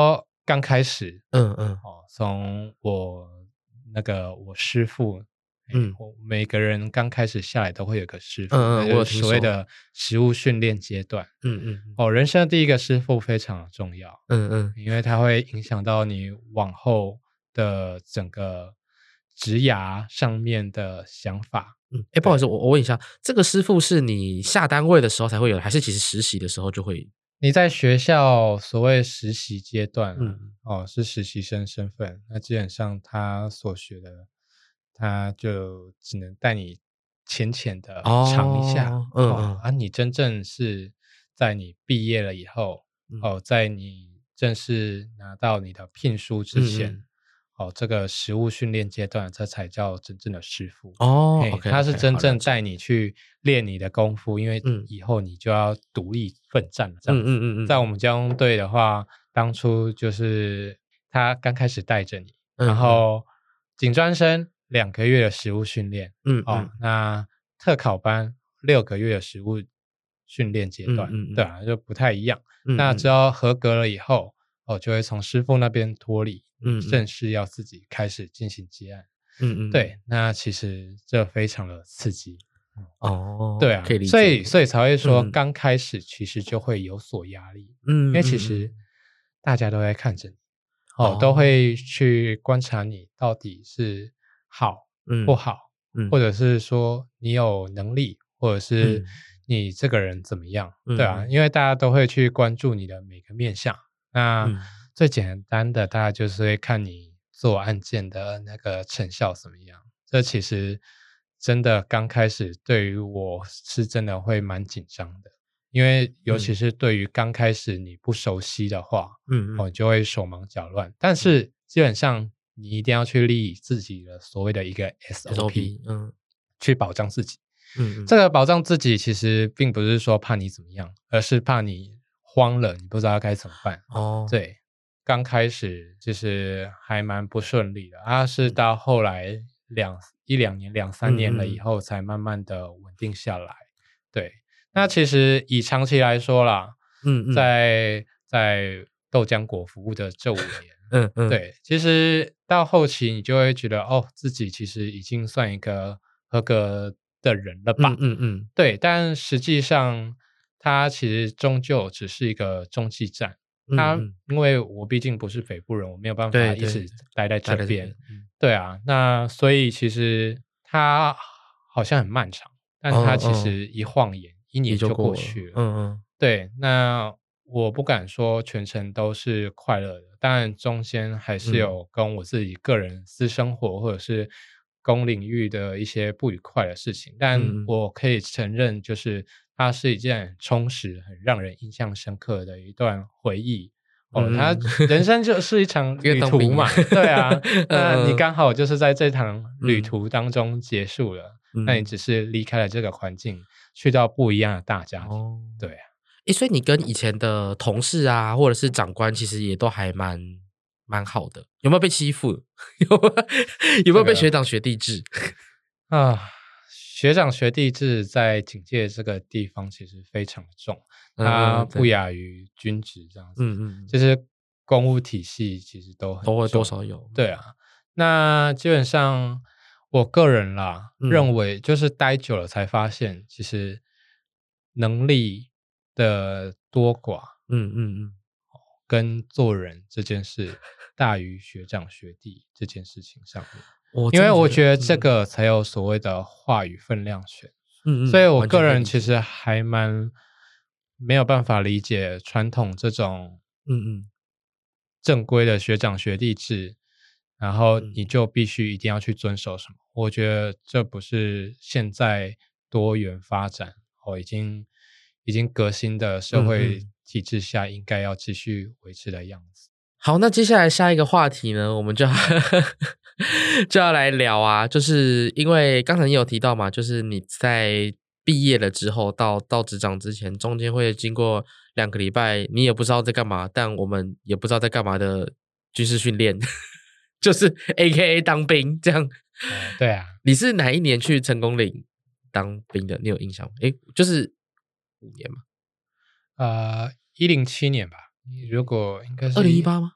刚开始， 嗯嗯， 哦，从我那个我师傅， 嗯， 我每个人刚开始下来都会有个师傅， 嗯嗯那就是我有听说所谓的实务训练阶段。 嗯嗯嗯哦，人生的第一个师傅非常的重要， 嗯嗯因为它会影响到你往后的整个职涯上面的想法。 嗯，哎，不好意思，我我问一下，这个师傅是你下单位的时候才会有，还是其实实习的时候就会？ 你在学校所谓实习阶段啊， 嗯哦，是实习生身份，那基本上他所学的，他就只能带你浅浅的尝一下哦，嗯哦， 嗯啊，你真正是在你毕业了以后， 嗯哦，在你正式拿到你的聘书之前， 嗯嗯， 哦，这个实务训练阶段，这才叫真正的师傅。 哦嘿， ，OK 他是 OK， 真好了解， 正带你去练你的功夫，因为嗯以后你就要独立奋战了，这样嗯子。 嗯嗯嗯在我们交通队的话，当初就是他刚开始带着你，然嗯嗯后警专生两个月的实务训练，哦， 嗯嗯那特考班六个月的实务训练阶段， 嗯嗯嗯对啊，就不太一样。 嗯嗯那只要合格了以后，哦，就会从师傅那边脱离，你嗯嗯正式要自己开始进行接案。 嗯嗯， 对，那其实这非常的刺激。 哦， 对啊， 可以理所以解， 所以才会说嗯刚开始其实就会有所压力，因为其嗯嗯实嗯， 大家都在看着你，哦，都哦， 会去观察你到底是好不嗯好， 嗯或者是说你有能力，或者是嗯你这个人怎么样，对啊， 嗯嗯因为大家都会去关注你的每个面相。那嗯最简单的，大家就是会看你做案件的那个成效怎么样。这其实真的刚开始对于我是真的会蛮紧张的，因为尤其嗯是对于刚开始你不熟悉的话，哦，你嗯嗯就会手忙脚乱。但是基本上你一定要去立自己的所谓的一个 S O P， ，S O P，嗯去保障自己。 嗯嗯， 这个保障自己其实并不是说怕你怎么样，而是怕你慌了，你不知道该怎么办。 哦， 对，刚开始就是还蛮不顺利的啊，是嗯到后来两一两年、两三年了嗯嗯以后，才慢慢的稳定下来。对，那其实以长期来说啦， 嗯嗯在在豆浆果服务的这五年， 嗯嗯， 对，其实到后期你就会觉得，哦，自己其实已经算一个合格的人了吧？ 嗯嗯嗯对，但实际上它其实终究只是一个中继站。它嗯嗯， 因为我毕竟不是北部人，我没有办法对对， 一直待在这边。 待在这边，嗯， 对啊，那所以其实它好像很漫长，但它其哦哦， 实一晃眼，一也年就就过了， 过去了。 嗯嗯对，那我不敢说全程都是快乐的，当然中间还是嗯有跟我自己个人私生活或者是公领域的一些不愉快的事情，但嗯嗯我可以承认，就是它是一件很充实、很让人印象深刻的一段回忆。哦，它嗯， 人生就是一场因为旅当兵嘛， 途嘛，对啊，那你嗯嗯刚好就是在这场旅嗯途当中结束了，那你嗯， 只是离开了这个环境，去到不一样的大家庭， 哦。 对啊。 诶，所以你跟以前的同事啊，或者是长官，其实也都还蛮蛮好的，有没有被欺负？有没有有没有被学长学弟制？ 啊，学长学弟制在警界这个地方其实非常重， 嗯它嗯，对， 不亚于军职这样子。 嗯嗯， 就是公务体系其实都很都会多重。 少有， 对啊，那基本上我个人啦， 嗯认为就是待久了才发现，其实能力的多寡嗯嗯嗯， 跟做人这件事大于学长学弟这件事情上面。 我因为我真的觉得， 觉得这嗯个才有所谓的话语分量权， 嗯嗯， 所以我完全个可以理解， 人其实还蛮没有办法理解传统这种嗯嗯正规的学长学弟制，然后嗯你就必须一定要去遵守什么。我觉得这不是现在多元发展哦，已经已经革新的社嗯会嗯。 体制下应该要继续维持的样子。 好，那接下来下一个话题呢，我们就要就要来聊啊，就是因为刚才你有提到嘛，就是你在毕业了之后到到职场之前，中间会经过两个礼拜，你也不知道在干嘛，但我们也不知道在干嘛的军事训练，就是 A K A 当兵这样。 哦，对啊， 你是哪一年去成功岭当兵的？你有印象吗？诶，就是五年嘛， 呃，一零七年吧，如果应该是二零一八吗？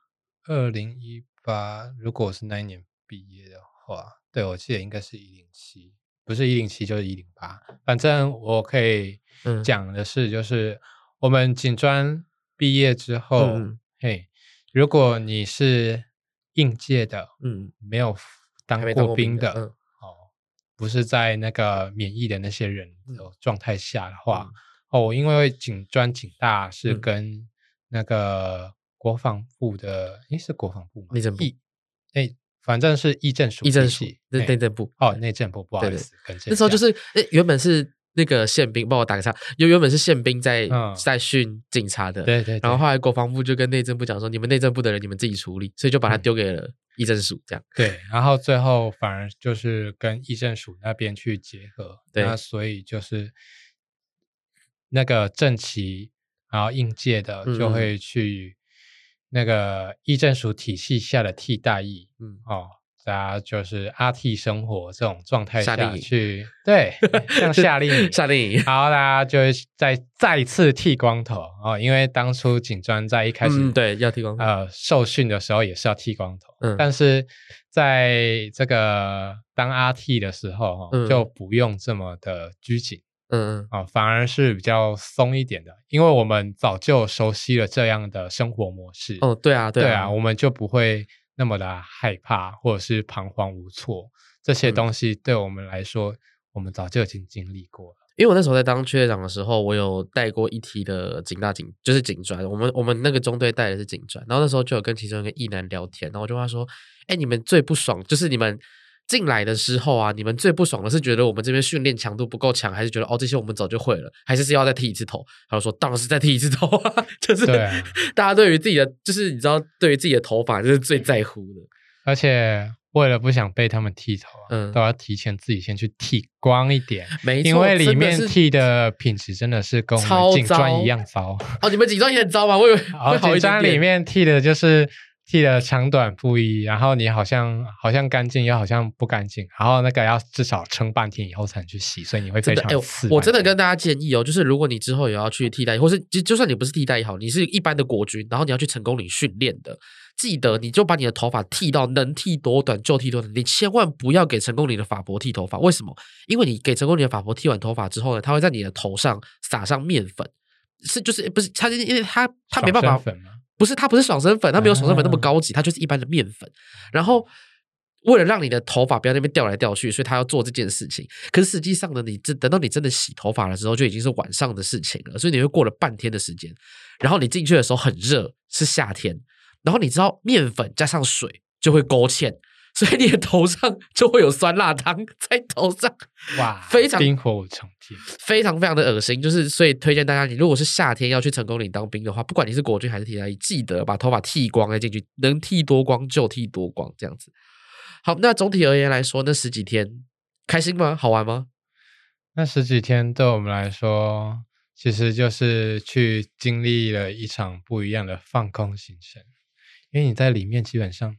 二零一八，如果我是那一年毕业的话，对，我记得应该是一零七，不是一零七就是一零八，反正我可以讲的是，就是我们警专毕业之后， 嗯嗯嘿，如果你是应届的， 嗯， 没有当还没当过兵的， 过兵的，嗯哦，不是在那个免疫的那些人的状态下的话， 嗯哦，因为警专警大是嗯跟那个国防部的，诶，是国防部吗？ 内政部议，诶，反正是议政署议政署体系， 内内政部哦，内政部，不好对对， 意思，更正那时候就一下是诶原本是那个宪兵，帮我打个岔，原原本是宪兵在、 嗯在训警察的， 对对对然后后来国防部就跟内政部讲说，你们内政部的人你们自己处理，所以就把他嗯丢给了议政署，这样。 对，然后最后反而就是跟议政署那边去结合， 对那所以就是那个正期，然后应届的嗯就会去那个议政署体系下的替代役， 嗯哦，大家就是阿替生活这种状态下夏令营去，对，像夏令营， 夏令营， 然后大家就会再再次剃光头哦，因为当初警专在一开始、 嗯，对，要剃光头， 呃受训的时候也是要剃光头， 嗯但是在这个当阿替的时候、哦嗯就不用这么的拘谨嗯嗯啊、哦，反而是比较松一点的，因为我们早就熟悉了这样的生活模式。 哦，对啊， 对啊， 我们就不会那么的害怕或者是彷徨无措，这些嗯东西对我们来说，我们早就已经经历过了。 因为我那时候在当区队长的时候，我有带过一梯的警大警，就是警专，我们我们那个中队带的是警专，然后那时候就有跟其中一个役男聊天，然后我就跟他说，哎，你们最不爽就是你们进来的时候啊，你们最不爽的是觉得我们这边训练强度不够强，还是觉得哦这些我们早就会了，还是是要再剃一次头？他就说当然是再剃一次头啊，就是对啊大家对于自己的，就是你知道对于自己的头发就是最在乎的。 而且为了不想被他们剃头、啊嗯都要提前自己先去剃光一点， 没错， 因为里面真的是剃的品质真的是跟我们警专一样糟。 哦，你们警专也很糟吗？我以为哦， 会好警一点点。 专里面剃的就是剃的长短不一，然后你好像好像干净又好像不干净，然后那个要至少撑半天以后才能去洗，所以你会非真的，哎、 常刺。 我真的跟大家建议哦，就是如果你之后有要去替代役，或是就就算你不是替代役好，你是一般的国军，然后你要去成功岭训练的，记得你就把你的头发剃到能剃多短就剃多短，你千万不要给成功岭的发博剃头发。为什么？因为你给成功岭的发博剃完头发之后呢，他会在你的头上撒上面粉，是就是不是他，因为他他没办法。 粉吗？ 不是，它不是爽身粉，它没有爽身粉那么高级，它就是一般的面粉。然后为了让你的头发不要那边掉来掉去，所以他要做这件事情。可是实际上呢，你这等到你真的洗头发的时候，就已经是晚上的事情了，所以你会过了半天的时间。然后你进去的时候很热，是夏天，然后你知道面粉加上水就会勾芡。所以你的头上就会有酸辣汤在头上， 哇， 非常冰火五重天， 非常非常的恶心。就是所以推荐大家，你如果是夏天要去成功岭当兵的话，不管你是国军还是替代役，记得把头发剃光再进去，能剃多光就剃多光，这样子。好，那总体而言来说，那十几天开心吗？好玩吗？ 那十几天对我们来说，其实就是去经历了一场不一样的放空行程，因为你在里面基本上。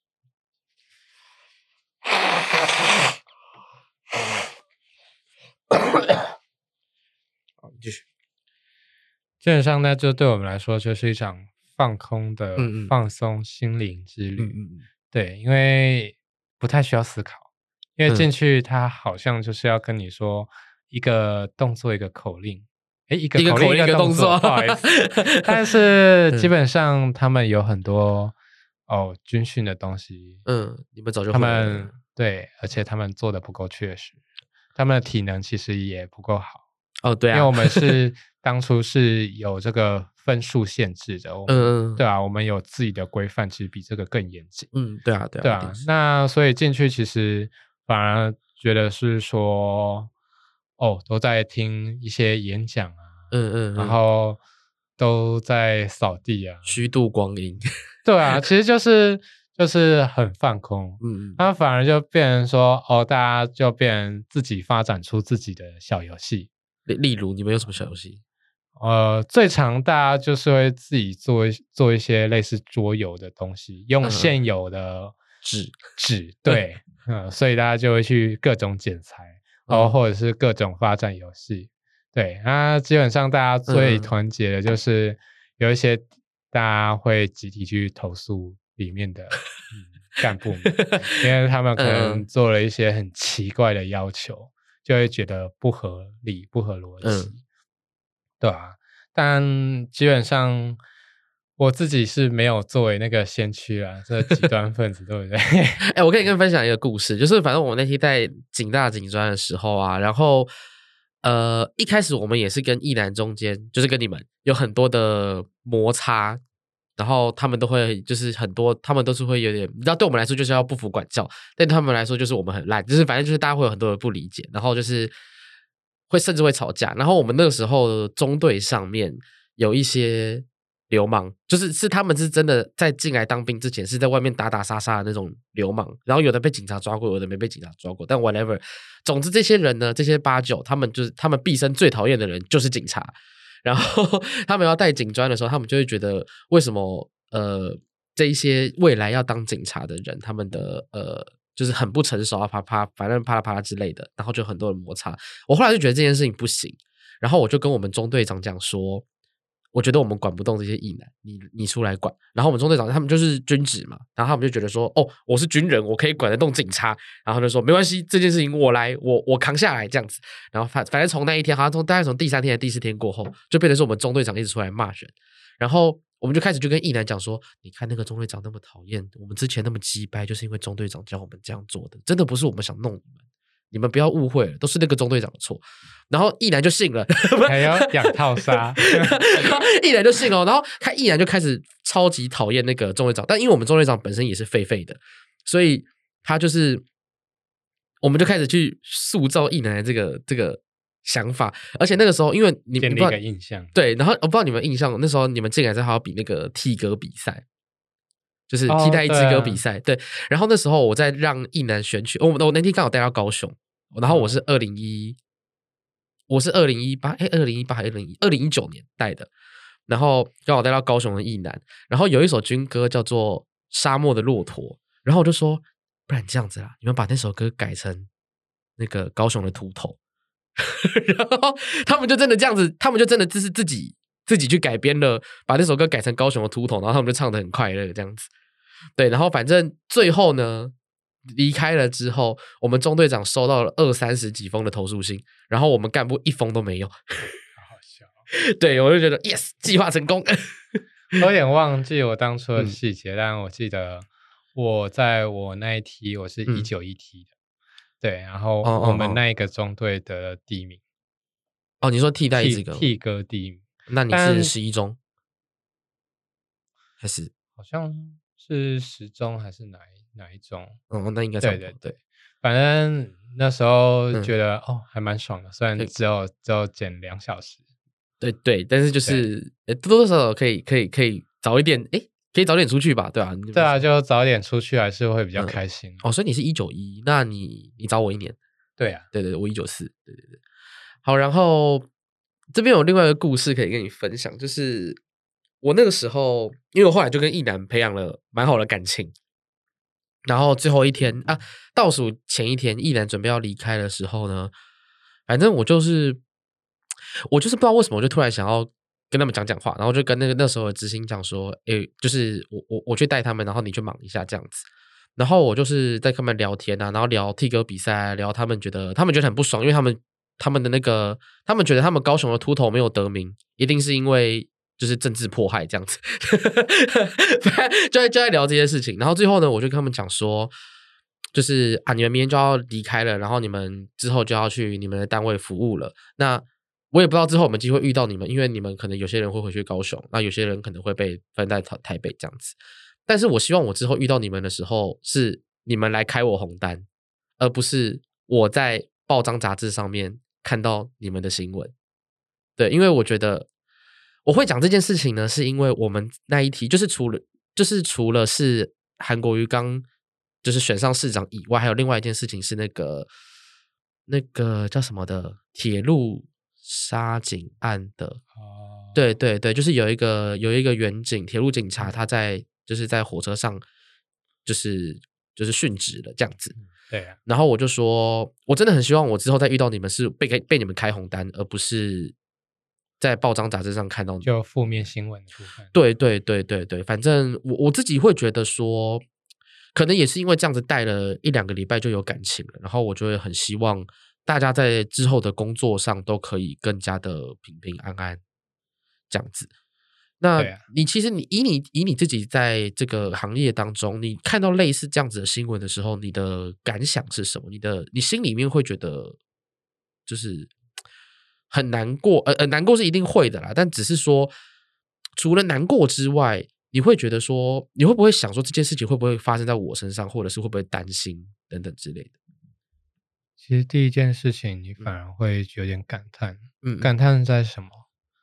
好，继续。 基本上呢，就对我们来说，就是一场放空的嗯嗯放松心灵之旅。 嗯嗯嗯， 对，因为不太需要思考，因为进去它好像就是要跟你说一个动作一个口令，诶，一个口令一个口令一个动作， 不好意思。但是基本上他们有很多哦军训的东西， 嗯，你们早就他会了们对，而且他们做的不够确实，他们的体能其实也不够好。 哦，对啊， 因为我们是当初是有这个分数限制的， 嗯， 对啊，我们有自己的规范，其实比这个更严谨。 嗯，对啊，对啊， 对啊，那所以进去其实反而觉得是说，哦，都在听一些演讲啊， 嗯嗯， 然后都在扫地啊， 虚度光阴。 对啊，其实就是就是很放空， 嗯， 它反而就变成说，哦，大家就变成自己发展出自己的小游戏。 例例如，你们有什么小游戏？ 呃，最常大家就是会自己做做一些类似桌游的东西，用现有的纸纸，对，嗯，所以大家就会去各种剪裁，然后或者是各种发展游戏，对，那基本上大家最团结的就是有一些大家会集体去投诉里面的、嗯、干部们，因为他们可能做了一些很奇怪的要求，嗯、就会觉得不合理、不合逻辑，嗯、对啊。但基本上我自己是没有作为那个先驱啦，这极端分子，对不对？ 哎、欸，我可以跟你分享一个故事，就是反正我那天在警大警专的时候啊，然后呃一开始我们也是跟艺男中间，就是跟你们有很多的摩擦。然后他们都会就是很多，他们都是会有点，你知道，对我们来说就是要不服管教，但对他们来说就是我们很烂，就是反正就是大家会有很多的不理解，然后就是会甚至会吵架。然后我们那个时候中队上面有一些流氓，就是是他们是真的在进来当兵之前是在外面打打杀杀的那种流氓，然后有的被警察抓过，有的没被警察抓过，但 whatever， 总之这些人呢，这些八九，他们就是他们毕生最讨厌的人就是警察。然后他们要带警专的时候，他们就会觉得为什么呃这一些未来要当警察的人，他们的呃就是很不成熟啊，啪啪，反正啪啦啪啦之类的，然后就很多人摩擦。我后来就觉得这件事情不行，然后我就跟我们中队长讲说，我觉得我们管不动这些役男，你你出来管。然后我们中队长他们就是军职嘛，然后他们就觉得说，哦，我是军人，我可以管得动警察，然后就说没关系，这件事情我来，我我扛下来这样子。然后反反正从那一天，好像从大概从第三天还是第四天过后，就变成是我们中队长一直出来骂人，然后我们就开始就跟役男讲说，你看那个中队长那么讨厌，我们之前那么鸡掰，就是因为中队长教我们这样做的，真的不是我们想弄你们。你们不要误会了，都是那个中队长的错。然后役男就信了， 还要养套杀， 役男就信了。然后他役男就开始超级讨厌那个中队长，但因为我们中队长本身也是废废的，所以他就是我们就开始去塑造役男的这个这个想法。而且那个时候，因为你建立一个印象， 对，然后我不知道你们印象，那时候你们进来之后还要比那个替歌比赛。就是替代一支歌比赛、哦对，啊、对，然后那时候我在让役男选曲，我我那天刚好带到高雄，然后我是二零一，我是二零一八，哎，二零一八还是二零一二零一九年带的，然后刚好带到高雄的役男，然后有一首军歌叫做《沙漠的骆驼》，然后我就说，不然这样子啦，你们把那首歌改成那个高雄的秃头，然后他们就真的这样子，他们就真的就是自己。自己去改编了，把那首歌改成高雄的秃头，然后他们就唱得很快乐这样子。对，然后反正最后呢，离开了之后，我们中队长收到了二三十几封的投诉信，然后我们干部一封都没有。好好笑。 对，我就觉得 yes， 计划成功。 我有点忘记我当初的细节、嗯，但我记得我在我那一梯我是一九一梯的、嗯，对，然后我们那一个中队的第一名。 哦，你说替代一支歌， 替歌第一名。 那你是十一中还是？ 好像是十中还是哪一哪一中？ 哦，那应该差不多。 对对对，反正那时候觉得、嗯、哦还蛮爽的，虽然只有只有减两小时。 对对，但是就是多多少少可以可以可以早一点，哎，可以早点出去吧，对吧、啊？ 对啊，就早点出去还是会比较开心。 嗯、哦，所以你是一九一，那你你早我一年。 对啊， 对对对，我一九四。对对对，好，然后。这边有另外一个故事可以跟你分享，就是我那个时候，因为我后来就跟役男培养了蛮好的感情，然后最后一天啊，倒数前一天，役男准备要离开的时候呢，反正我就是我就是不知道为什么，我就突然想要跟他们讲讲话，然后就跟那个那时候的执行讲说，诶，就是我我我去带他们，然后你去忙一下这样子。然后我就是在跟他们聊天啊，然后聊替歌比赛，聊他们觉得他们觉得很不爽，因为他们。他们的那个，他们觉得他们高雄的秃头没有得名，一定是因为就是政治迫害这样子，就在就在聊这些事情。然后最后呢，我就跟他们讲说，就是啊，你们明天就要离开了，然后你们之后就要去你们的单位服务了。那我也不知道之后有没有机会遇到你们，因为你们可能有些人会回去高雄，那有些人可能会被分在台北这样子。但是我希望我之后遇到你们的时候，是你们来开我红单，而不是我在报章杂志上面。看到你们的新闻，对，因为我觉得我会讲这件事情呢，是因为我们那一题就是除了就是除了是韩国瑜刚就是选上市长以外，还有另外一件事情是那个那个叫什么的铁路杀警案的，哦、对对对，就是有一个有一个员警铁路警察他在就是在火车上就是就是殉职了这样子。 对啊， 然后我就说，我真的很希望我之后再遇到你们是被被你们开红单，而不是在报章杂志上看到就负面新闻的部分。 对对对对对，反正我我自己会觉得说，可能也是因为这样子带了一两个礼拜就有感情了，然后我就会很希望大家在之后的工作上都可以更加的平平安安这样子。那你其实你以你以你自己在这个行业当中，你看到类似这样子的新闻的时候，你的感想是什么？你的你心里面会觉得就是很难过，呃呃，难过是一定会的啦，但只是说除了难过之外，你会觉得说，你会不会想说这件事情会不会发生在我身上，或者是会不会担心等等之类的？ 其实第一件事情，你反而会有点感叹， 嗯， 感叹在什么？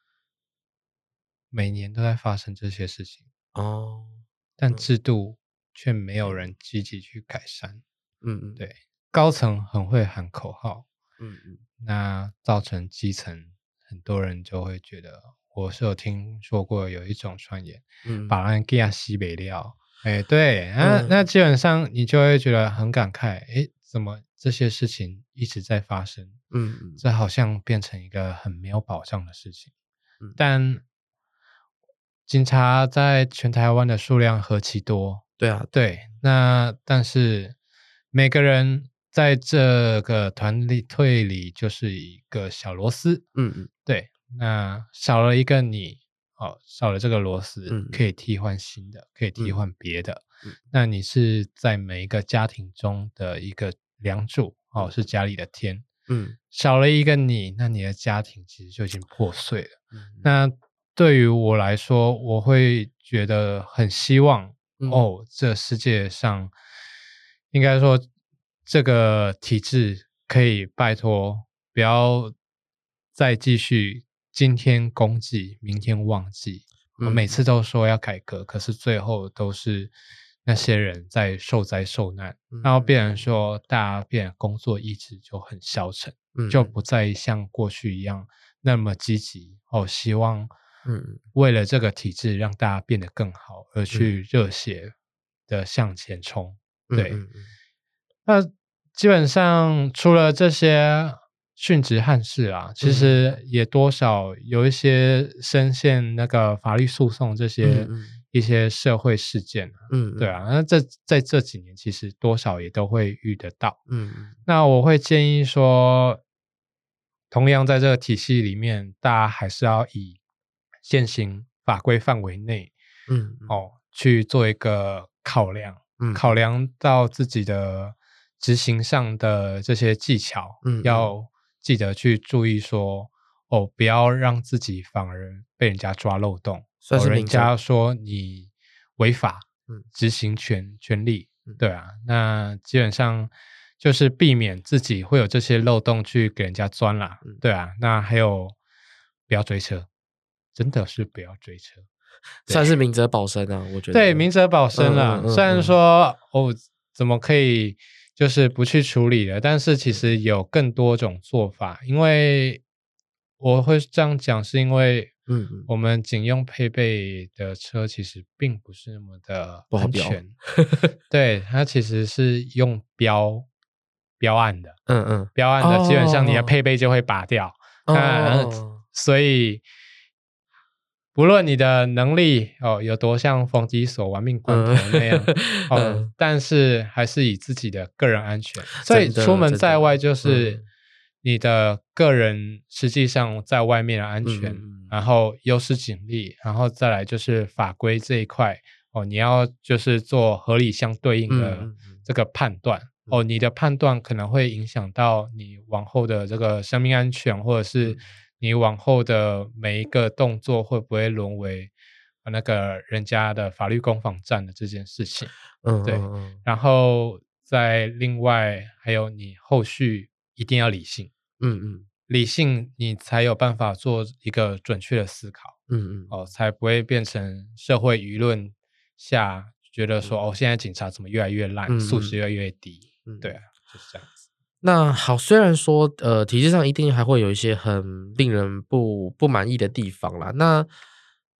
每年都在发生这些事情哦， 但制度却没有人积极去改善。 嗯嗯， 对，高层很会喊口号， 嗯嗯， 那造成基层很多人就会觉得，我是有听说过有一种传言， 嗯， 把人给西北料，哎，对，那、 嗯那基本上你就会觉得很感慨，哎，怎么这些事情一直在发生？ 嗯嗯， 这好像变成一个很没有保障的事情。 嗯但警察在全台湾的数量何其多， 对啊， 对，那但是每个人在这个团里队里就是一个小螺丝， 嗯嗯对，那少了一个你，哦，少了这个螺丝， 嗯可以替换新的，可以替换别的， 嗯那你是在每一个家庭中的一个梁柱，哦，是家里的天， 嗯少了一个你，那你的家庭其实就已经破碎了。 嗯那对于我来说，我会觉得很希望、 嗯哦，这世界上应该说这个体制可以拜托不要再继续今天公祭，明天忘记。我每次都说要改革，可是最后都是那些人在受灾受难，然后变成说大家变成工作意志就很消沉，就不再像过去一样那么积极哦，希望嗯为了这个体制让大家变得更好而去热血的向前冲。对， 嗯嗯那基本上除了这些殉职汉士啊，其实也多少有一些深陷那个法律诉讼这些一些社会事件啊， 嗯对啊，那这在这几年其实多少也都会遇得到。 嗯那我会建议说，同样在这个体系里面，大家还是要以现行法规范围内， 嗯哦，去做一个考量， 嗯考量到自己的执行上的这些技巧， 嗯要记得去注意说，哦，不要让自己反而被人家抓漏洞，哦，人算是明哲家说你违法， 嗯执行权权利， 嗯对啊，那基本上就是避免自己会有这些漏洞去给人家钻啦， 嗯对啊，那还有不要追车，真的是不要追车。 算是明哲保身啊，我觉得对，明哲保身啦。 嗯嗯嗯虽然说哦，怎么可以就是不去处理了，但是其实有更多种做法。因为我会这样讲，是因为嗯嗯我们警用配备的车其实并不是那么的不好标安全。对，它其实是用标标案的， 嗯嗯标案的基本上你的哦配备就会拔掉。 哦那哦所以不论你的能力哦有多像冯基所玩命关头那样、 嗯哦嗯， 但是还是以自己的个人安全，所以真的出门真的在外就是嗯你的个人实际上在外面的安全， 嗯嗯嗯然后优势警力，然后再来就是法规这一块哦，你要就是做合理相对应的嗯嗯嗯这个判断。哦，你的判断可能会影响到你往后的这个生命安全，或者是嗯你往后的每一个动作会不会沦为呃那个人家的法律攻防战的这件事情。 嗯对， 嗯然后再另外还有你后续一定要理性， 嗯嗯理性你才有办法做一个准确的思考， 嗯嗯哦，才不会变成社会舆论下觉得说、哦，现在警察怎么越来越烂， 嗯素质越来越低。 嗯对啊，就是这样子。 那好，虽然说呃体制上一定还会有一些很令人不不满意的地方啦，那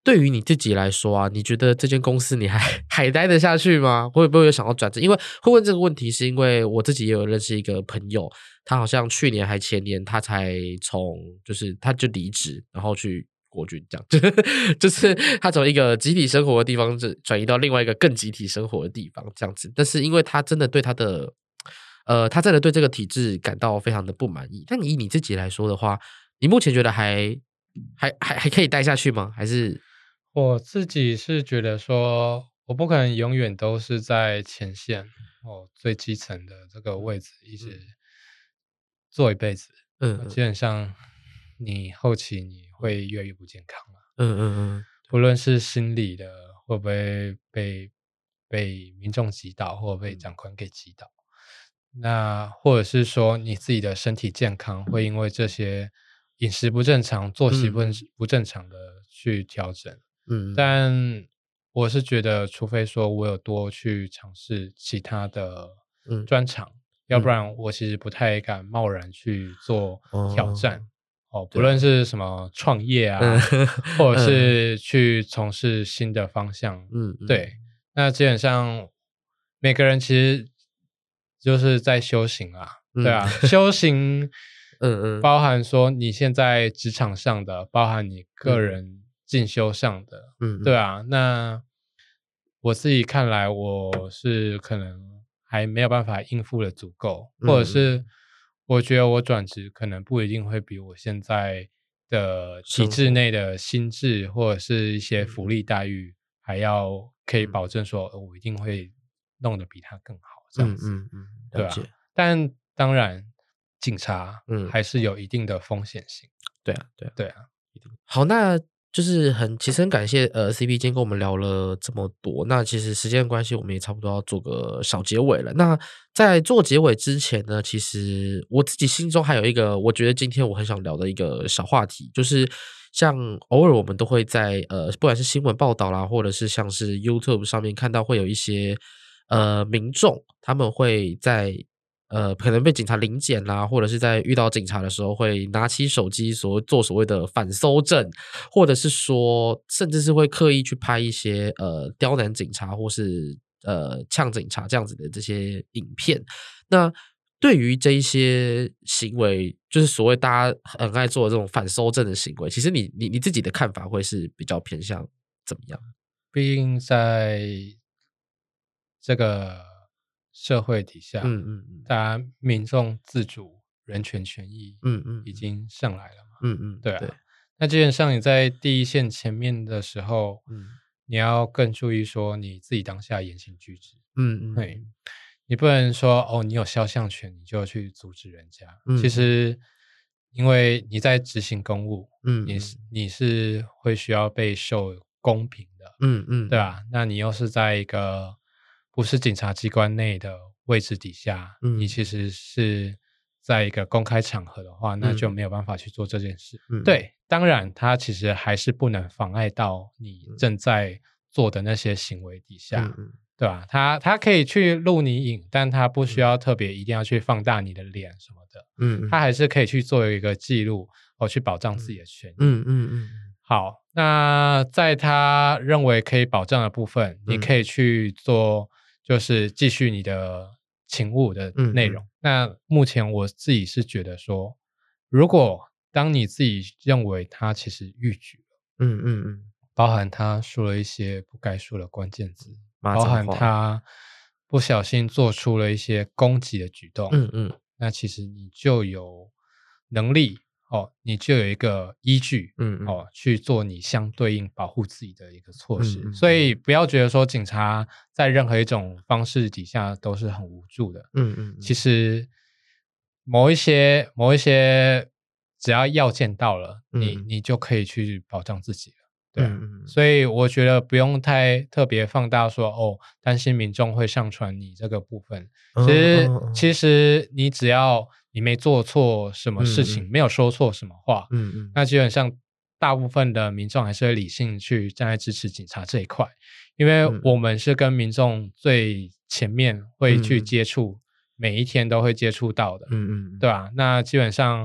对于你自己来说啊，你觉得这间公司你还还待得下去吗？会不会有想要转正？因为会问这个问题，是因为我自己也有认识一个朋友，他好像去年还前年，他才从就是他就离职，然后去国军这样，就是就是他从一个集体生活的地方转移到另外一个更集体生活的地方这样子。但是因为他真的对他的呃，他真的对这个体制感到非常的不满意。但以你自己来说的话，你目前觉得还还还还可以待下去吗？还是？ 我自己是觉得说，我不可能永远都是在前线哦，最基层的这个位置一直做一辈子。 嗯嗯， 基本上你后期你会越来越不健康嘛。 嗯嗯嗯， 不论是心理的会不会被被民众击倒，或被长官给击倒，那或者是说你自己的身体健康会因为这些饮食不正常、作息不不正常的去调整。 嗯， 但我是觉得，除非说我有多去尝试其他的嗯专长，要不然我其实不太敢贸然去做挑战。 哦， 哦，不论是什么创业啊， 嗯或者是去从事新的方向， 嗯， 对，那基本上每个人其实就是在修行啊，对啊，修行， 嗯嗯， 包含说你现在职场上的，包含你个人进修上的， 嗯， 对啊，那我自己看来，我是可能还没有办法应付的足够，或者是我觉得我转职可能不一定会比我现在的体制内的薪资或者是一些福利待遇还要可以保证说，我一定会弄得比他更好这样子， 嗯嗯嗯， 对啊。但当然，警察还是有一定的风险性。 对啊，对啊， 对啊。 好，那就是很其实很感谢呃 C P 今天跟我们聊了这么多，那其实时间关系，我们也差不多要做个小结尾了。那在做结尾之前呢，其实我自己心中还有一个，我觉得今天我很想聊的一个小话题，就是像偶尔我们都会在呃，不管是新闻报道啦，或者是像是 YouTube 上面看到会有一些呃民众，他们会在呃，可能被警察临检啦，或者是在遇到警察的时候会拿起手机所做所谓的反搜证，或者是说，甚至是会刻意去拍一些呃刁难警察或是呃呛警察这样子的这些影片。那对于这一些行为，就是所谓大家很爱做的这种反搜证的行为，其实你你你自己的看法会是比较偏向怎么样？ 毕竟在这个社会底下， 嗯嗯嗯， 大家民众自主、人权权益， 嗯嗯， 已经上来了嘛， 嗯嗯， 对啊。那基本上你在第一线前面的时候，嗯，你要更注意说你自己当下言行举止， 嗯嗯， 对，你不能说哦，你有肖像权，你就去阻止人家。 嗯， 其实，因为你在执行公务， 嗯， 你是你是会需要被受公平的， 嗯嗯， 对吧？那你又是在一个不是警察机关内的位置底下， 嗯， 你其实是在一个公开场合的话，那就没有办法去做这件事。 嗯， 对，当然，它其实还是不能妨碍到你正在做的那些行为底下。 嗯嗯， 对吧？他他可以去录你影，但他不需要特别一定要去放大你的脸什么的。嗯，他还是可以去做一个记录，哦，去保障自己的权益。嗯嗯嗯。好，那在他认为可以保障的部分，你可以去做，就是继续你的勤务的内容。那目前我自己是觉得说，如果当你自己认为他其实逾矩了，嗯嗯嗯，包含他说了一些不该说的关键字。包含他不小心做出了一些攻击的举动，嗯嗯，那其实你就有能力哦，你就有一个依据，嗯嗯，哦，去做你相对应保护自己的一个措施。嗯嗯，所以不要觉得说警察在任何一种方式底下都是很无助的，嗯嗯，其实某一些某一些只要要件到了，嗯，你你就可以去保障自己了。对啊，嗯嗯，所以我觉得不用太特别放大说哦，担心民众会上传你这个部分。其实，哦哦哦，其实你只要你没做错什么事情，嗯嗯，没有说错什么话，嗯嗯，那基本上大部分的民众还是会理性去站在支持警察这一块，因为我们是跟民众最前面会去接触，嗯嗯，每一天都会接触到的，嗯嗯，对吧？那基本上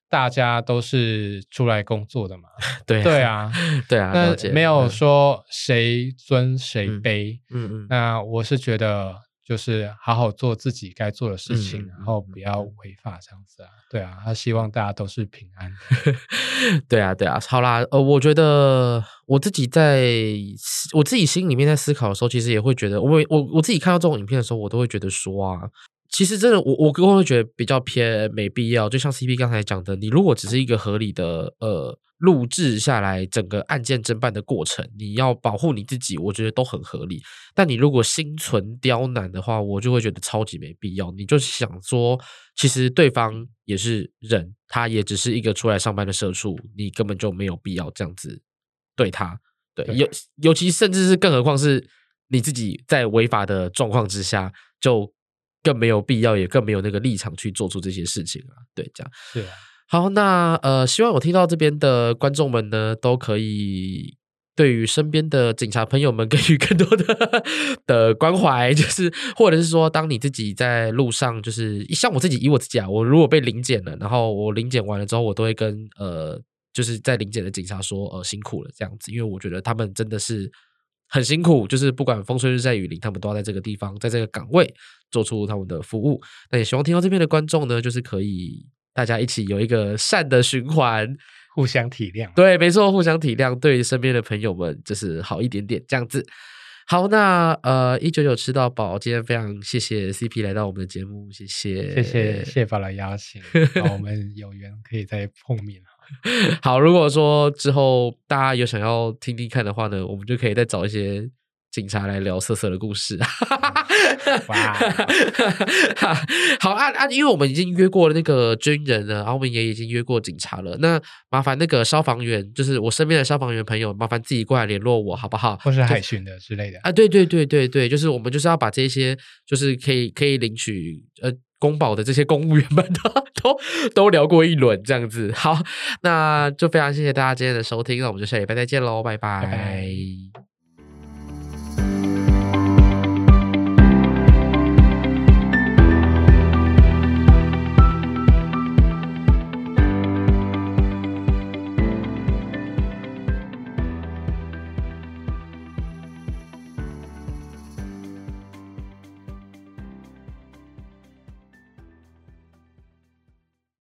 大家都是出来工作的嘛。 对对啊， 对啊，了解。 那没有说谁尊谁卑。 嗯嗯， 那我是觉得就是好好做自己该做的事情， 嗯然后不要违法这样子啊。对啊，他希望大家都是平安。 对啊，对啊，好啦，呃，我觉得我自己在我自己心里面在思考的时候，其实也会觉得，我我我自己看到这种影片的时候，我都会觉得说啊。其实真的，我我个人会觉得比较偏没必要。就像 C P 刚才讲的，你如果只是一个合理的呃录制下来整个案件侦办的过程，你要保护你自己，我觉得都很合理。但你如果心存刁难的话，我就会觉得超级没必要。你就想说，其实对方也是人，他也只是一个出来上班的社畜，你根本就没有必要这样子对他。对， 对尤尤其甚至是更何况是你自己在违法的状况之下，就更没有必要，也更没有那个立场去做出这些事情啊。对，这样是啊。 好，那呃，希望我听到这边的观众们呢，都可以对于身边的警察朋友们给予更多的的关怀，就是或者是说，当你自己在路上，就是像我自己以我自己啊，我如果被临检了，然后我临检完了之后，我都会跟呃，就是在临检的警察说，呃，辛苦了这样子，因为我觉得他们真的是很辛苦，就是不管风吹日晒雨淋，他们都要在这个地方，在这个岗位做出他们的服务。那也希望听到这边的观众呢，就是可以大家一起有一个善的循环， 互相体谅。 对，没错，互相体谅，对身边的朋友们就是好一点点这样子。好，那呃，一九九吃到饱，今天非常谢谢 C P 来到我们的节目，谢谢， 谢谢谢宝的邀请，我们有缘可以再碰面。 好，如果说之后大家有想要听听看的话呢，我们就可以再找一些警察来聊色色的故事。 哇， 好啊啊！因为我们已经约过了那个军人了，然后我们也已经约过警察了。那麻烦那个消防员，就是我身边的消防员朋友，麻烦自己过来联络我，好不好？ 或是海巡的之类的啊！对对对对对，就是我们就是要把这些，就是可以可以领取呃公保的这些公务员们都都都聊过一轮，这样子。好，那就非常谢谢大家今天的收听，那我们就下礼拜再见喽，拜拜。 拜拜。